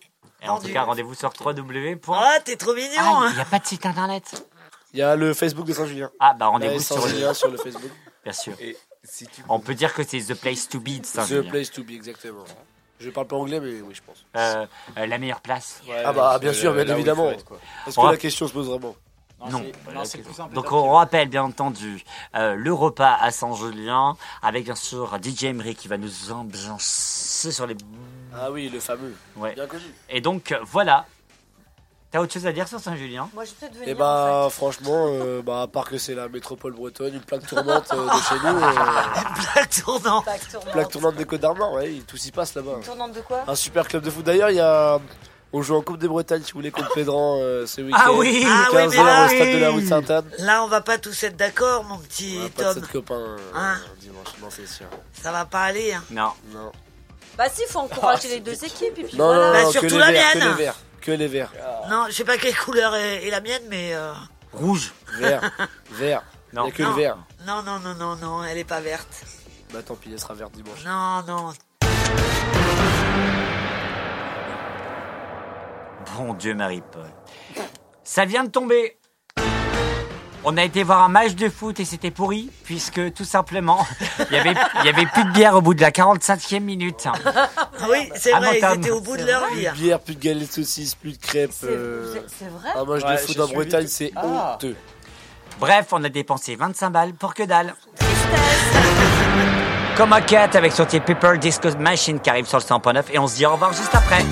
Et en tout cas, rendez-vous sur www. Ah, t'es trop mignon. Ah, il n'y a pas de site internet. Il y a le Facebook de Saint-Julien. Ah, bah rendez-vous Saint-Julien sur le Facebook. Bien sûr. Et si tu... On peut dire que c'est the place to be de Saint-Julien. The place to be, exactement. Je parle pas anglais, mais oui, je pense. La meilleure place. Ouais, ah bah bien sûr, bien évidemment. Est-ce que la question se pose vraiment? Non. C'est plus simple. Donc on rappelle bien entendu le repas à Saint-Julien avec bien sûr DJ Emery qui va nous ambiancer sur les... Ah oui, le fameux. Ouais. Bien connu. Et donc voilà. T'as autre chose à dire sur Saint-Julien? Moi je peux te venir. Et bah franchement, à part que c'est la métropole bretonne, une plaque tournante de chez nous. Une plaque tournante. Plaque tournante des Côtes d'Armor, ouais, tout s'y passe là-bas. Tournante de quoi? Un super club de foot. D'ailleurs, il y a... On joue en Coupe de Bretagne, si vous voulez, contre Pédran ce week-end. Ah oui, 15h au stade de la rue de Sainte-Anne. Là, on va pas tous être d'accord, mon petit Tom. Pas de cette copain dimanche, non, c'est sûr. Ça va pas aller. Hein. Non. Bah si, faut encourager les deux équipes et puis non, voilà. non, surtout la mienne. Que les verts. Non, je sais pas quelle couleur est la mienne, mais... Rouge. Vert. Non. Il y a que le vert. Non, elle est pas verte. Bah tant pis, elle sera verte dimanche. Non. Bon Dieu, Marie-Paul. Ça vient de tomber. On a été voir un match de foot et c'était pourri, puisque tout simplement, il y avait plus de bière au bout de la 45e minute. Oui, c'est vrai, ils étaient au bout de leur vie. Plus de bière, plus de galettes de saucisses, plus de crêpes. C'est vrai? Un match de foot en Bretagne, c'est honteux. Bref, on a dépensé 25 balles pour que dalle. Comme un cat avec son petit Pepper Disco Machine qui arrive sur le 100.9 et on se dit au revoir juste après.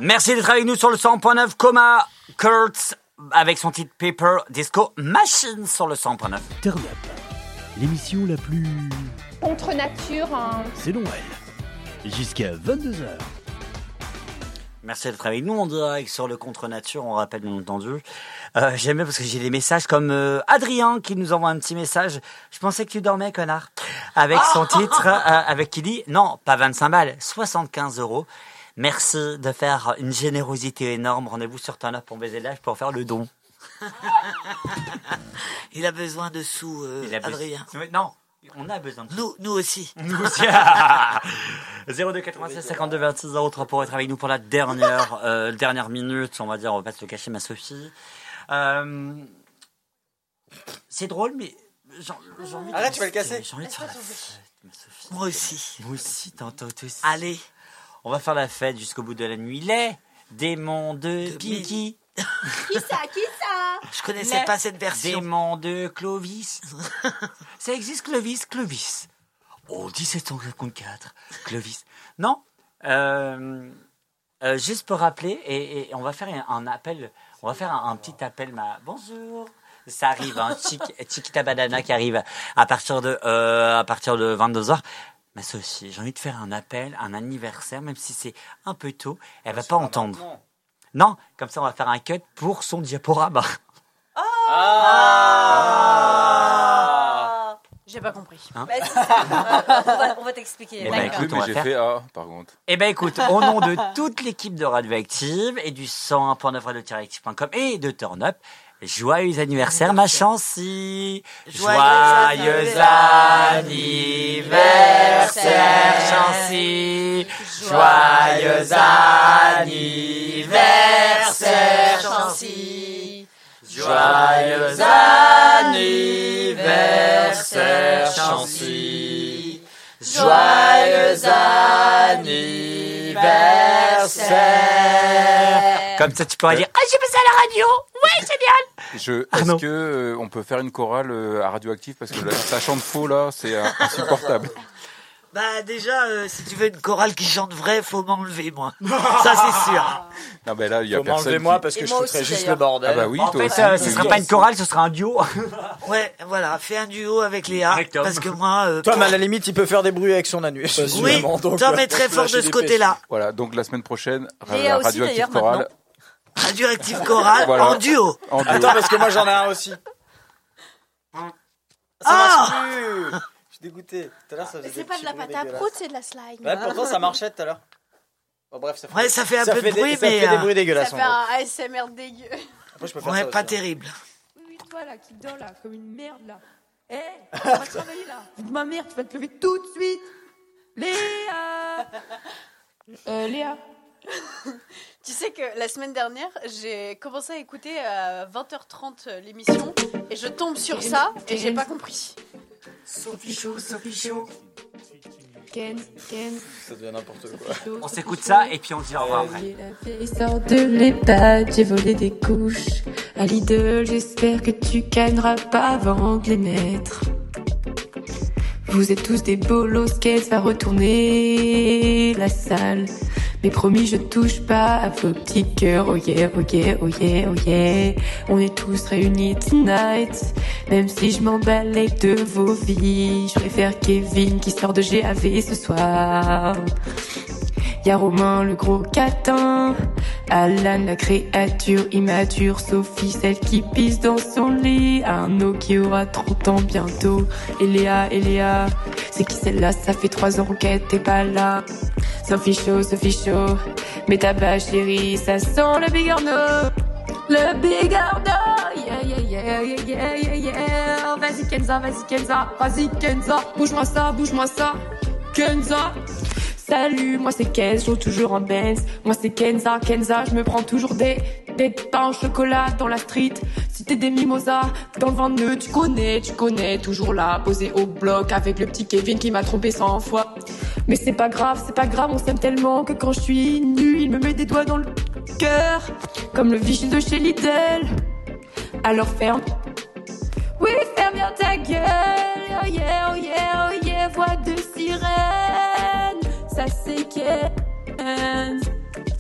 Merci d'être avec nous sur le 100.9. Coma Kurtz avec son titre Paper Disco Machine sur le 100.9. Turn Up, l'émission la plus... Contre nature. C'est Noël. Jusqu'à 22h. Merci d'être avec nous en direct sur le Contre Nature, on rappelle bien entendu. J'aime bien parce que j'ai des messages comme Adrien qui nous envoie un petit message. Je pensais que tu dormais, connard. Avec son titre, avec qui dit, non, pas 25 balles, 75 €. Merci de faire une générosité énorme. Rendez-vous sur Turn Up pour baiser live pour faire le don. Il a besoin de sous, Adrien. Non. On a besoin de nous aussi. Nous aussi. 02 96 52 26 03 pour être avec nous pour la dernière minute, on va dire, on va pas se le cacher, ma Sophie. C'est drôle, mais j'ai envie de... Arrête, tu vas le casser. J'ai envie de faire la fête, ma Sophie. Moi aussi. Moi aussi, tantôt aussi. Allez. On va faire la fête jusqu'au bout de la nuit. Les démons de Pinky. Qui ça? Je connaissais pas cette version. Démon de Clovis. Ça existe, Clovis. Oh, 1754. Clovis. Non. Juste pour rappeler, et on va faire un appel. On va faire un petit appel. Bonjour. Ça arrive, hein. Chiquita Banana qui arrive à partir de 22h. Ma Sophie, j'ai envie de faire un appel, un anniversaire, même si c'est un peu tôt. Elle va pas entendre. Non, comme ça on va faire un cut pour son diaporama. J'ai pas compris. Bah, c'est ça. On va t'expliquer. Eh ben, écoute, mais j'ai fait A, par contre. Eh ben écoute, au nom de toute l'équipe de Radioactive et du 101.9 radioactive.com et de Turn Up, joyeux anniversaire, ma Chancy. Joyeux anniversaire, Chancy. Joyeux anniversaire, Chancy. Joyeux anniversaire, Chancy. Joyeux anniversaire. Comme ça, tu pourras dire, j'ai passé à la radio. Ouais, génial. Est-ce que on peut faire une chorale à Radioactive parce que là, ça chante faux là, c'est insupportable. Bah déjà, si tu veux une chorale qui chante vrai, faut m'enlever moi. Ça c'est sûr. Non mais là, il y a Faut personne. m'enlever moi qui... parce que je foutrais juste le bordel. Ah bah oui, en toi fait, aussi. ce sera pas une chorale, ce sera un duo. Ouais, voilà, fais un duo avec Léa, Avec Tom. parce que moi. Tom, à la limite, il peut faire des bruits avec son anus. Oui, Tom est très fort de ce côté-là. Voilà, donc la semaine prochaine, Léa aussi, Radioactive d'ailleurs, chorale. maintenant. Radioactive chorale Voilà. en duo. En duo. Attends, parce que moi j'en ai un aussi. Ça marche plus. Je suis dégoûté. Tout à l'heure, ça faisait C'est des pas de petits la bruits pâte à dégueulasses. prout, c'est de la slime. Ouais, pourtant ça marchait tout à l'heure. Bon, bref, ça fait, Ouais, ça fait un peu de bruit, ça mais. fait des bruits dégueulasses. Ça en fait gros. un ASMR dégueu. Après, je peux faire Ouais, ça pas aussi, hein. terrible. Oui, toi là, qui dors là, comme une merde là. Hé, on va travailler là. Ma mère, tu vas te lever tout de suite. Léa Léa. Tu sais que la semaine dernière, j'ai commencé à écouter à 20h30 l'émission et je tombe sur ça et j'ai pas compris. Sophie Chaud. Ken. Ça devient n'importe quoi. On s'écoute ça et puis on dit au revoir après. La vieille sort de l'EHPAD, j'ai volé des couches. À Lidl, j'espère que tu gagneras pas avant de les mettre. Vous êtes tous des bolos, qu'elle va retourner la salle. Mais promis, je touche pas à vos petits cœurs. Oh yeah, oh yeah, oh yeah, oh yeah. On est tous réunis tonight. Même si je m'emballe avec de vos vies, je préfère Kevin qui sort de GAV ce soir. Y'a Romain le gros catin, Alan la créature immature, Sophie celle qui pisse dans son lit, Arnaud qui aura 30 ans bientôt, et Léa, c'est qui celle-là? Ça fait 3 ans qu'elle t'es pas là. Sophie chaud, mets ta bâche chérie, ça sent le bigorneau. Le bigorneau, yeah, yeah, yeah, yeah, yeah, yeah, yeah. Vas-y Kenza, bouge-moi ça, Kenza. Salut, moi c'est Kenz, je joue toujours en Benz. Moi c'est Kenza, je me prends toujours des pains au chocolat dans la street. Si t'es des mimosas, dans le 22, tu connais, toujours là, posé au bloc avec le petit Kevin qui m'a trompé 100 fois. Mais c'est pas grave, on s'aime tellement que quand je suis nue, il me met des doigts dans le cœur, comme le vigile de chez Lidl. Alors ferme bien ta gueule, oh yeah, oh yeah, oh yeah, voix de sirène. Ça c'est Ken.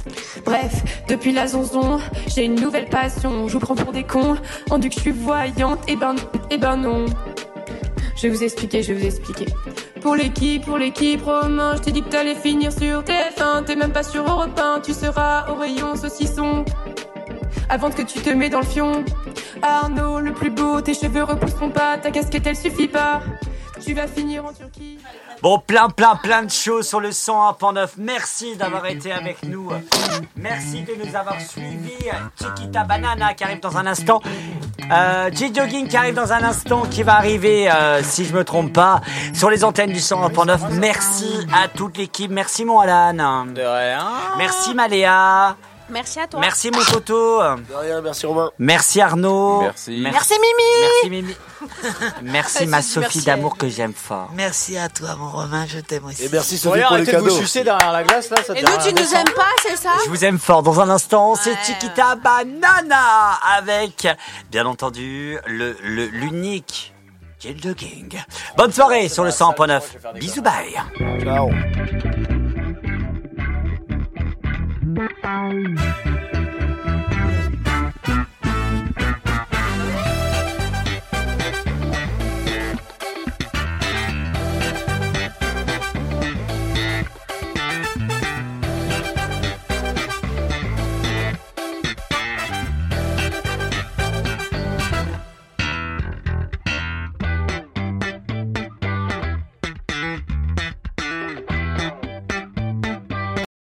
Bref, depuis la zonzon, j'ai une nouvelle passion. Je vous prends pour des cons, on dit que je suis voyante, eh ben non. Je vais vous expliquer. Pour l'équipe, Romain, je t'ai dit que t'allais finir sur TF1. T'es même pas sur Europe 1, tu seras au rayon saucisson. Avant que tu te mets dans le fion. Arnaud, le plus beau, tes cheveux repousseront pas, ta casquette elle suffit pas. Tu vas finir en Turquie. Bon, plein de choses sur le 101.9. Merci d'avoir été avec nous. Merci de nous avoir suivis. Chiquita Banana qui arrive dans un instant. J-Jogging qui arrive dans un instant, qui va arriver, si je me trompe pas, sur les antennes du 101.9. Merci à toute l'équipe. Merci mon Alan. De rien. Merci Maléa. Merci à toi. Merci mon Toto. De rien, merci Romain. Merci Arnaud. Merci Mimi. Merci Mimi. Merci ma Merci, Sophie merci. d'amour que j'aime fort. Merci à toi, mon Romain, je t'aime aussi. Et merci Sophie Sophie pour les arrêtez de vous cadeaux. sucer derrière la glace là. Ça Et devient nous, tu nous indécent. aimes pas, c'est ça? Je vous aime fort. Dans un instant, c'est Ouais. Chiquita Banana avec, bien entendu, l'unique J-Jogging. Bonne soirée sur le 100.9. Bisous, bye. Ciao.